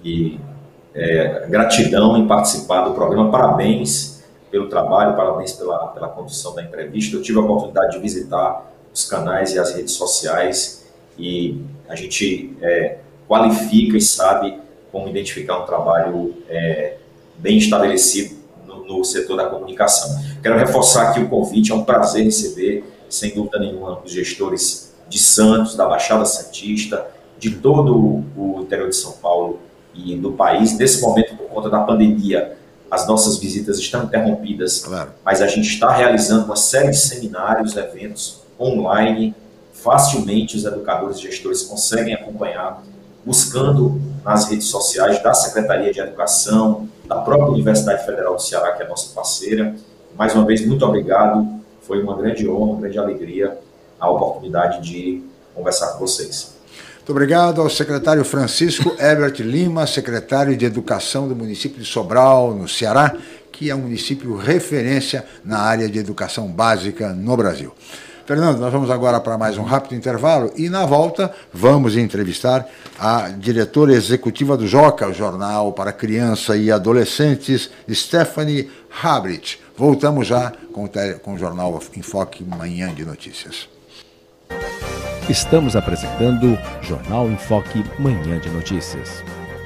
S5: gratidão em participar do programa. Parabéns pelo trabalho, parabéns pela condução da entrevista. Eu tive a oportunidade de visitar os canais e as redes sociais e a gente qualifica e sabe como identificar um trabalho bem estabelecido no setor da comunicação. Quero reforçar aqui o convite, é um prazer receber, sem dúvida nenhuma, os gestores de Santos, da Baixada Santista, de todo o interior de São Paulo e do país. Nesse momento, por conta da pandemia, as nossas visitas estão interrompidas, claro. Mas a gente está realizando uma série de seminários, eventos online. Facilmente os educadores e gestores conseguem acompanhar, buscando nas redes sociais da Secretaria de Educação, da própria Universidade Federal do Ceará, que é a nossa parceira. Mais uma vez, muito obrigado. Foi uma grande honra, uma grande alegria a oportunidade de conversar com vocês.
S4: Muito obrigado ao secretário Francisco Herbert Lima, secretário de Educação do município de Sobral, no Ceará, que é um município referência na área de educação básica no Brasil. Fernando, nós vamos agora para mais um rápido intervalo e, na volta, vamos entrevistar a diretora executiva do JOCA, o Jornal para Criança e Adolescentes, Stephanie Habrit. Voltamos já com o Jornal Enfoque Manhã de Notícias.
S2: Estamos apresentando Jornal Enfoque Manhã de Notícias.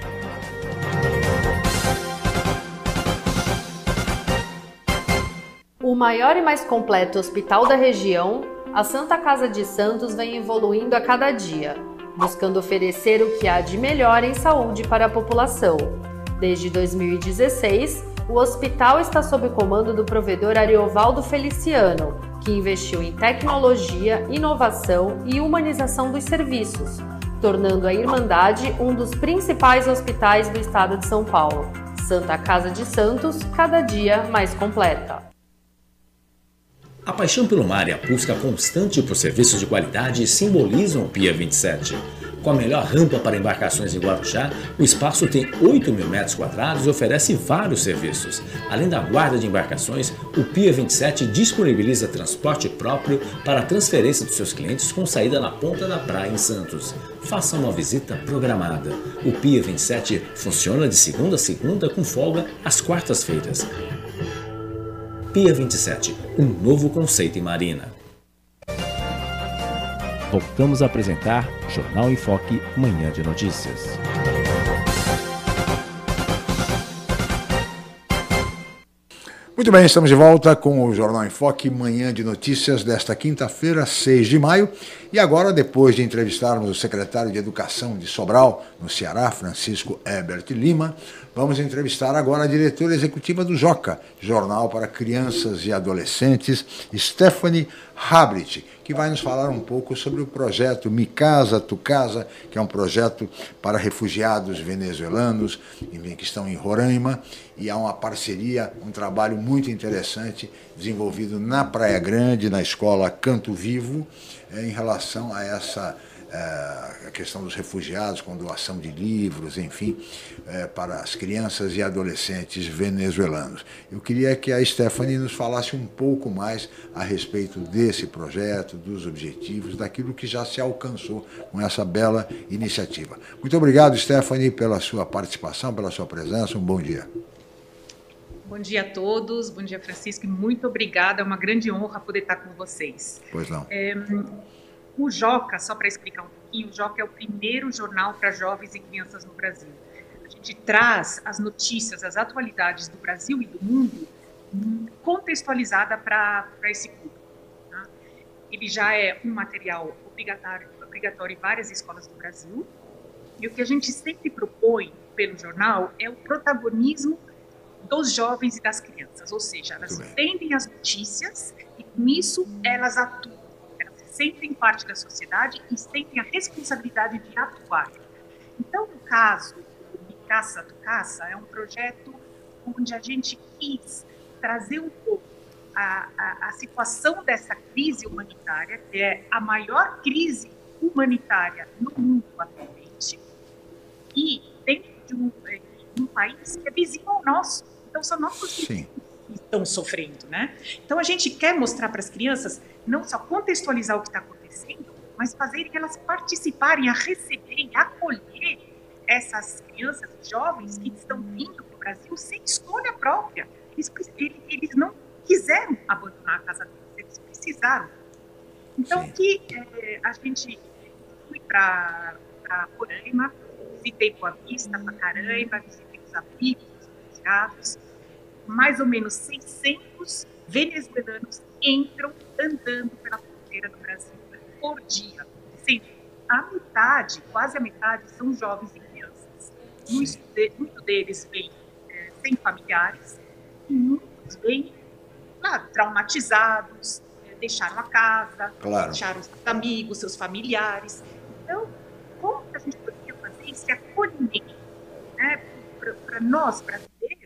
S1: O maior e mais completo hospital da região, a Santa Casa de Santos vem evoluindo a cada dia, buscando oferecer o que há de melhor em saúde para a população. Desde 2016, o hospital está sob o comando do provedor Ariovaldo Feliciano, que investiu em tecnologia, inovação e humanização dos serviços, tornando a Irmandade um dos principais hospitais do estado de São Paulo. Santa Casa de Santos, cada dia mais completa.
S3: A paixão pelo mar e a busca constante por serviços de qualidade simbolizam o Pier 27. Com a melhor rampa para embarcações em Guarujá, o espaço tem 8.000 metros quadrados e oferece vários serviços. Além da guarda de embarcações, o Pier 27 disponibiliza transporte próprio para a transferência dos seus clientes com saída na ponta da praia em Santos. Faça uma visita programada. O Pier 27 funciona de segunda a segunda com folga às quartas-feiras. Pier 27, um novo conceito em marina.
S2: voltamos a apresentar Jornal em Foque, Manhã de Notícias.
S4: Muito bem, estamos de volta com o Jornal em Foque, Manhã de Notícias desta quinta-feira, 6 de maio. E agora, depois de entrevistarmos o secretário de Educação de Sobral, no Ceará, Francisco Herbert Lima, vamos entrevistar agora a diretora executiva do JOCA, Jornal para Crianças e Adolescentes, Stephanie Habrit, que vai nos falar um pouco sobre o projeto Mi Casa, Tu Casa, que é um projeto para refugiados venezuelanos que estão em Roraima, e há uma parceria, um trabalho muito interessante desenvolvido na Praia Grande, na escola Canto Vivo, em relação a essa a questão dos refugiados, com doação de livros, enfim, para as crianças e adolescentes venezuelanos. Eu queria que a Stephanie nos falasse um pouco mais a respeito desse projeto, dos objetivos, daquilo que já se alcançou com essa bela iniciativa. Muito obrigado, Stephanie, pela sua participação, pela sua presença. Um bom dia.
S9: Bom dia a todos, bom dia, Francisco, e muito obrigada, é uma grande honra poder estar com vocês.
S4: Pois não.
S9: O JOCA, só para explicar um pouquinho, o JOCA é o primeiro jornal para jovens e crianças no Brasil. A gente traz as notícias, as atualidades do Brasil e do mundo contextualizada para esse público. Tá? Ele já é um material obrigatório em várias escolas do Brasil, e o que a gente sempre propõe pelo jornal é o protagonismo dos jovens e das crianças, ou seja, elas entendem as notícias e com isso elas atuam. Sentem parte da sociedade e sentem a responsabilidade de atuar. Então, no caso do Mi Casa, Tu Casa, é um projeto onde a gente quis trazer um pouco a situação dessa crise humanitária, que é a maior crise humanitária no mundo atualmente, e dentro de um país que é vizinho ao nosso. Então, são nossos vizinhos que estão sofrendo, né? Então, a gente quer mostrar para as crianças não só contextualizar o que está acontecendo, mas fazerem elas participarem, a receber e acolher essas crianças e jovens que estão vindo para o Brasil sem escolha própria. Eles não quiseram abandonar a casa deles, eles precisaram. Então, que a gente foi para Roraima, visitei Boa Vista, Pacaraima, visitei os abrigos, os refugiados, mais ou menos 600 venezuelanos entram andando pela fronteira do Brasil por dia. Sempre. A metade, quase a metade, são jovens e crianças. Muito deles vêm sem familiares e muitos vêm traumatizados, deixaram a casa, deixaram seus amigos, seus familiares. Então, como que a gente poderia fazer esse acolhimento, né, para nós, brasileiros,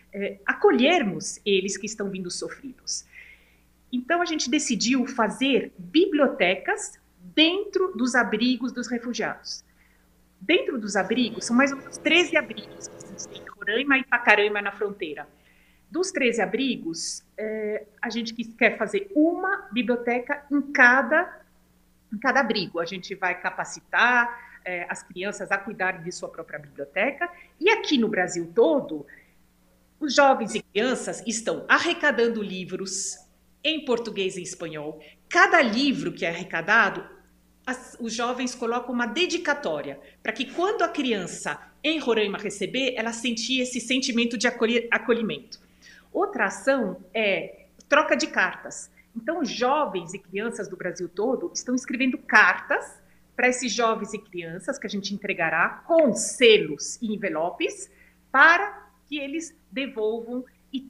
S9: acolhermos eles que estão vindo sofridos? Então, a gente decidiu fazer bibliotecas dentro dos abrigos dos refugiados. Dentro dos abrigos, são mais ou menos 13 abrigos que existem em Roraima e Pacaraima na fronteira. Dos 13 abrigos, a gente quer fazer uma biblioteca em cada abrigo. A gente vai capacitar as crianças a cuidarem de sua própria biblioteca. E aqui no Brasil todo, os jovens e crianças estão arrecadando livros em português e espanhol. Cada livro que é arrecadado, os jovens colocam uma dedicatória, para que quando a criança em Roraima receber, ela sentir esse sentimento de acolhimento. Outra ação é troca de cartas. Então, jovens e crianças do Brasil todo estão escrevendo cartas para esses jovens e crianças que a gente entregará com selos e envelopes para que eles devolvam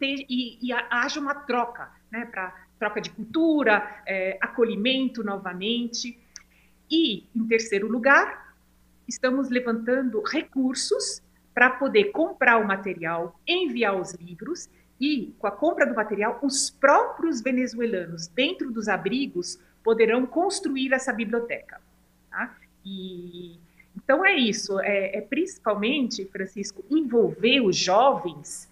S9: e haja uma troca, né, para troca de cultura, acolhimento novamente. E, em terceiro lugar, estamos levantando recursos para poder comprar o material, enviar os livros e, com a compra do material, os próprios venezuelanos dentro dos abrigos poderão construir essa biblioteca. Tá? Então é isso, principalmente, Francisco, envolver os jovens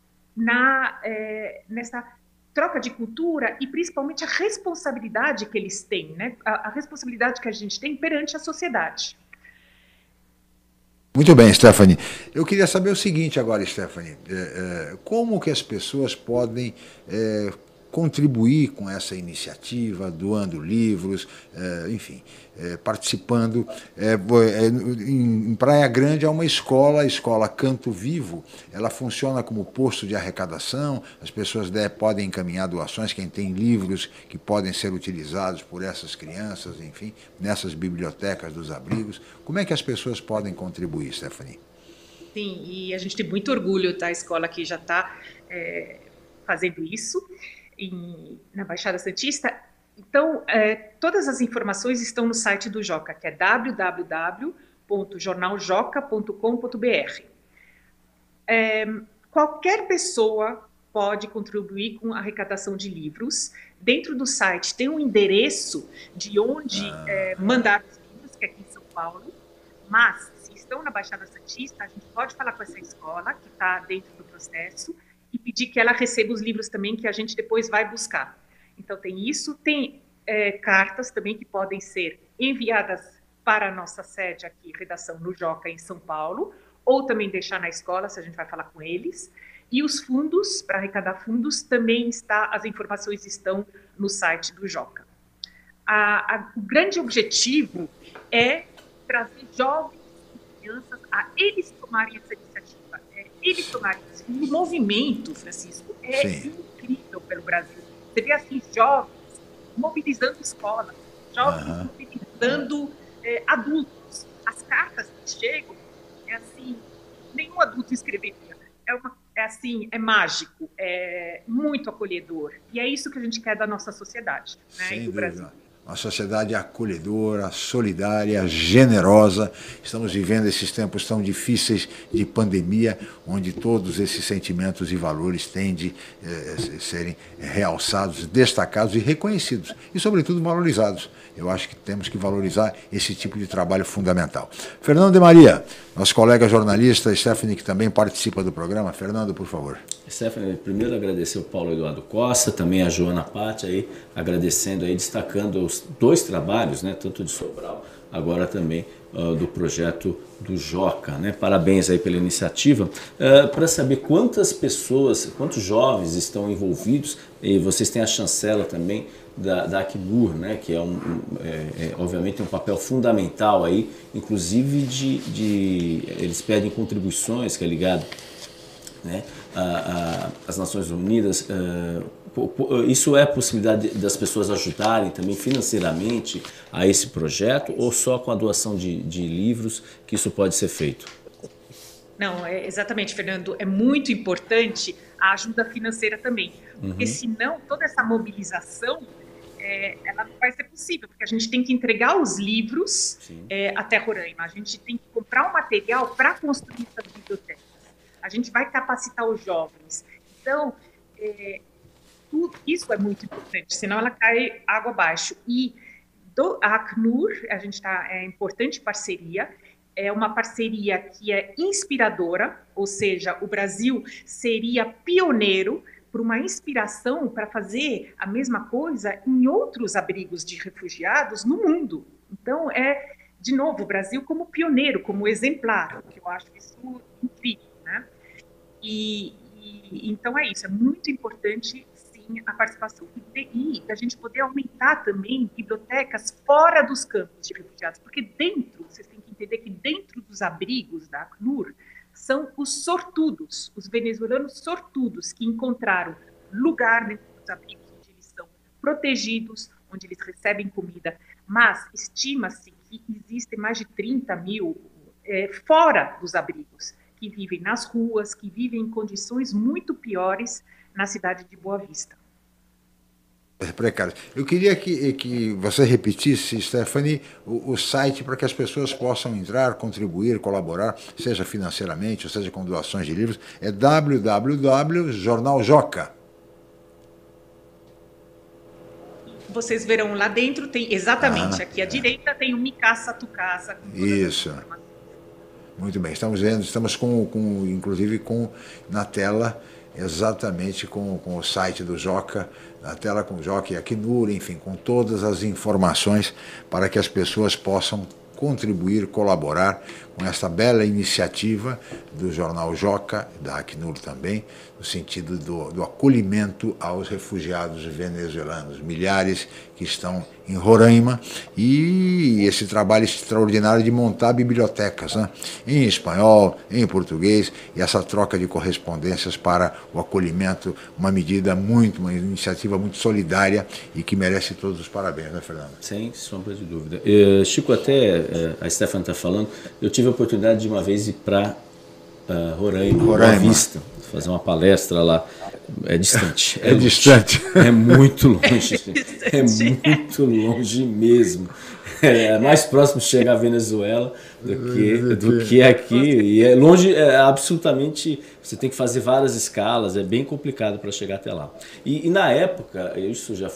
S9: nessa troca de cultura e principalmente a responsabilidade que eles têm, né? A responsabilidade que a gente tem perante a sociedade.
S4: Muito bem, Stephanie. Eu queria saber o seguinte agora, Stephanie, como que as pessoas podem contribuir com essa iniciativa, doando livros, enfim, participando. Em Praia Grande há uma escola, a Escola Canto Vivo, ela funciona como posto de arrecadação, as pessoas podem encaminhar doações, quem tem livros que podem ser utilizados por essas crianças, enfim, nessas bibliotecas dos abrigos. Como é que as pessoas podem contribuir, Stephanie?
S9: Sim, e a gente tem muito orgulho da escola que já está fazendo isso na Baixada Santista. Então, todas as informações estão no site do Joca, que é www.jornaljoca.com.br. Qualquer pessoa pode contribuir com a arrecadação de livros. Dentro do site tem um endereço de onde mandar os livros, que é aqui em São Paulo, mas se estão na Baixada Santista, a gente pode falar com essa escola, que está dentro do processo, e pedir que ela receba os livros também, que a gente depois vai buscar. Então, tem isso. Tem cartas também que podem ser enviadas para a nossa sede aqui, redação no Joca, em São Paulo, ou também deixar na escola, se a gente vai falar com eles. E os fundos, para arrecadar fundos, também as informações estão no site do Joca. O grande objetivo é trazer jovens e crianças a eles tomarem essa iniciativa. Eles tomarem isso. E o movimento, Francisco, incrível pelo Brasil. Você vê assim, jovens mobilizando escolas, jovens mobilizando adultos. As cartas que chegam, assim, nenhum adulto escreveria. É mágico, é muito acolhedor. E é isso que a gente quer da nossa sociedade, né, e do Brasil.
S4: Uma sociedade acolhedora, solidária, generosa. Estamos vivendo esses tempos tão difíceis de pandemia, onde todos esses sentimentos e valores têm de serem realçados, destacados e reconhecidos. E, sobretudo, valorizados. Eu acho que temos que valorizar esse tipo de trabalho fundamental. Fernando de Maria, nosso colega jornalista, Stephanie, que também participa do programa. Fernando, por favor.
S3: Stephanie, primeiro agradecer o Paulo Eduardo Costa, também a Joana Patti, aí, agradecendo, aí, destacando os dois trabalhos, né, tanto de Sobral, agora também do projeto do Joca, né? Parabéns aí pela iniciativa. Para saber quantas pessoas, quantos jovens estão envolvidos, e vocês têm a chancela também da Acnur, né? Que obviamente tem um papel fundamental aí, inclusive eles pedem contribuições, que é ligado, né, às Nações Unidas. Isso é a possibilidade das pessoas ajudarem também financeiramente a esse projeto, ou só com a doação de livros que isso pode ser feito?
S9: Não, exatamente, Fernando. É muito importante a ajuda financeira também, porque senão toda essa mobilização ela não vai ser possível, porque a gente tem que entregar os livros até Roraima, a gente tem que comprar o material para construir essas bibliotecas, a gente vai capacitar os jovens. Então, isso é muito importante, senão ela cai água abaixo. E a Acnur, a gente está em importante parceria, é uma parceria que é inspiradora, ou seja, o Brasil seria pioneiro para uma inspiração para fazer a mesma coisa em outros abrigos de refugiados no mundo. Então, de novo, o Brasil como pioneiro, como exemplar, que eu acho isso incrível, né? Então é isso, é muito importante a participação e a gente poder aumentar também bibliotecas fora dos campos de refugiados, porque vocês têm que entender que dentro dos abrigos da Acnur são os sortudos, os venezuelanos sortudos que encontraram lugar dentro dos abrigos onde eles são protegidos, onde eles recebem comida, mas estima-se que existem mais de 30 mil fora dos abrigos, que vivem nas ruas, que vivem em condições muito piores na cidade de Boa Vista.
S4: Precário. Eu queria que você repetisse, Stephanie, o site para que as pessoas possam entrar, contribuir, colaborar, seja financeiramente, ou seja com doações de livros. É www.jornaljoca.
S9: Vocês verão lá dentro, tem exatamente aqui à direita, tem o Micasa Tu Casa.
S4: Isso. Muito bem, estamos vendo, estamos inclusive na tela, exatamente com o site do Joca, na tela com o Joca e a Acnur, enfim, com todas as informações para que as pessoas possam contribuir, colaborar com esta bela iniciativa do jornal Joca, da Acnur também, no sentido do acolhimento aos refugiados venezuelanos, milhares que estão em Roraima, e esse trabalho extraordinário de montar bibliotecas, né, em espanhol, em português, e essa troca de correspondências para o acolhimento, uma iniciativa muito solidária e que merece todos os parabéns, né, Fernando?
S3: Sem sombra de dúvida. Chico, até a Stephanie está falando, eu tive a oportunidade de uma vez ir para Roraima, Boa Vista, fazer uma palestra lá. É distante.
S4: É distante.
S3: É muito longe. É muito longe mesmo. É mais próximo de chegar à Venezuela do que aqui. E é longe, absolutamente. Você tem que fazer várias escalas, é bem complicado para chegar até lá. E na época, isso já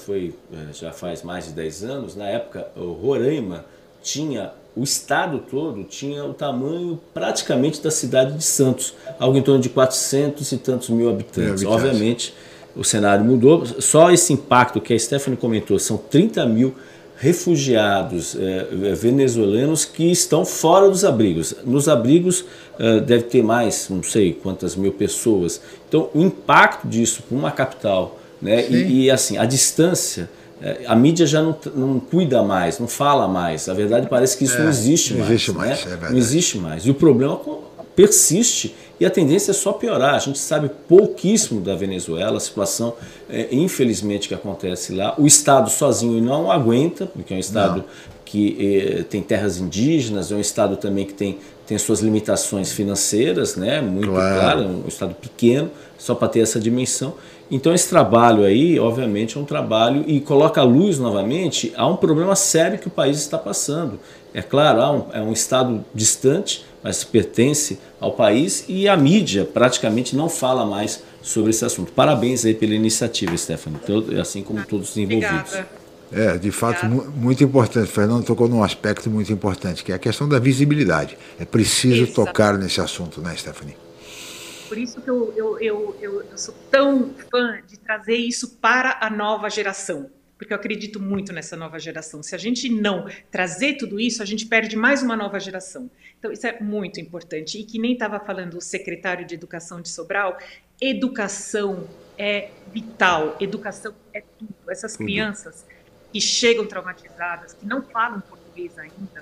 S3: faz mais de 10 anos, na época, o Roraima tinha. O estado todo tinha o tamanho praticamente da cidade de Santos, algo em torno de 400 e tantos mil habitantes. Obviamente, o cenário mudou. Só esse impacto que a Stephanie comentou, são 30 mil refugiados venezuelanos que estão fora dos abrigos. Nos abrigos deve ter mais, não sei quantas mil pessoas. Então, o impacto disso para uma capital, né, e assim, a distância... A mídia já não cuida mais, não fala mais. A verdade parece que isso não existe mais. Não existe mais, né? Não existe mais. E o problema persiste e a tendência é só piorar. A gente sabe pouquíssimo da Venezuela, a situação, infelizmente, que acontece lá. O Estado sozinho não aguenta, porque é um Estado que tem terras indígenas, é um Estado também que tem suas limitações financeiras, né? Muito claro, um Estado pequeno, só para ter essa dimensão. Então esse trabalho aí, obviamente, é um trabalho e coloca à luz novamente a um problema sério que o país está passando. É claro, é um estado distante, mas pertence ao país e a mídia praticamente não fala mais sobre esse assunto. Parabéns aí pela iniciativa, Stephanie, assim como todos os envolvidos.
S4: Obrigada. De fato, muito importante. O Fernando tocou num aspecto muito importante, que é a questão da visibilidade. É preciso tocar nesse assunto, né, Stephanie?
S9: Por isso que eu sou tão fã de trazer isso para a nova geração, porque eu acredito muito nessa nova geração. Se a gente não trazer tudo isso, a gente perde mais uma nova geração. Então, isso é muito importante. E que nem estava falando o secretário de Educação de Sobral, educação é vital, educação é tudo. Essas crianças que chegam traumatizadas, que não falam português ainda,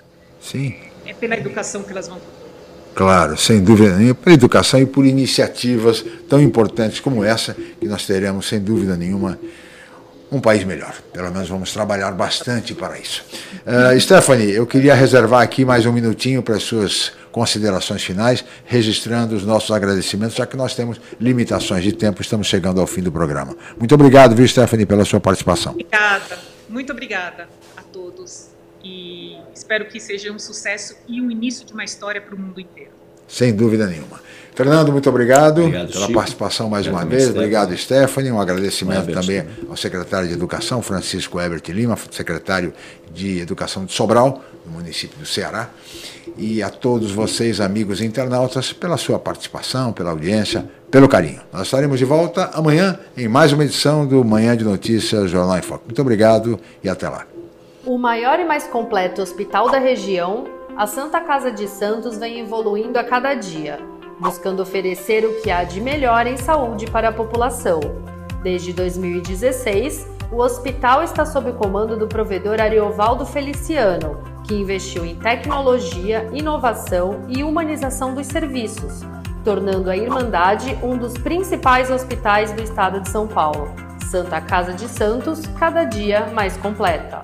S9: é pela educação que elas vão ter.
S4: Claro, sem dúvida nenhuma, por educação e por iniciativas tão importantes como essa, que nós teremos, sem dúvida nenhuma, um país melhor. Pelo menos vamos trabalhar bastante para isso. Stephanie, eu queria reservar aqui mais um minutinho para as suas considerações finais, registrando os nossos agradecimentos, já que nós temos limitações de tempo, estamos chegando ao fim do programa. Muito obrigado, viu, Stephanie, pela sua participação.
S9: Obrigada, muito obrigada a todos. E espero que seja um sucesso e o início de uma história para o mundo inteiro.
S4: Sem dúvida nenhuma. Fernando, muito obrigado pela
S3: Chico.
S4: Participação mais uma vez. Obrigado, Stephanie. Um agradecimento também ao secretário de Educação, Francisco Herbert Lima, secretário de Educação de Sobral, no município do Ceará. E a todos vocês, amigos internautas, pela sua participação, pela audiência, pelo carinho. Nós estaremos de volta amanhã em mais uma edição do Manhã de Notícias Jornal em Foco. Muito obrigado e até lá.
S1: O maior e mais completo hospital da região, a Santa Casa de Santos vem evoluindo a cada dia, buscando oferecer o que há de melhor em saúde para a população. Desde 2016, o hospital está sob o comando do provedor Ariovaldo Feliciano, que investiu em tecnologia, inovação e humanização dos serviços, tornando a Irmandade um dos principais hospitais do estado de São Paulo. Santa Casa de Santos, cada dia mais completa.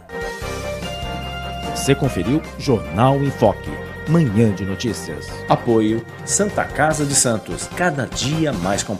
S2: Você conferiu Jornal em Foque, Manhã de Notícias.
S3: Apoio Santa Casa de Santos, cada dia mais completa.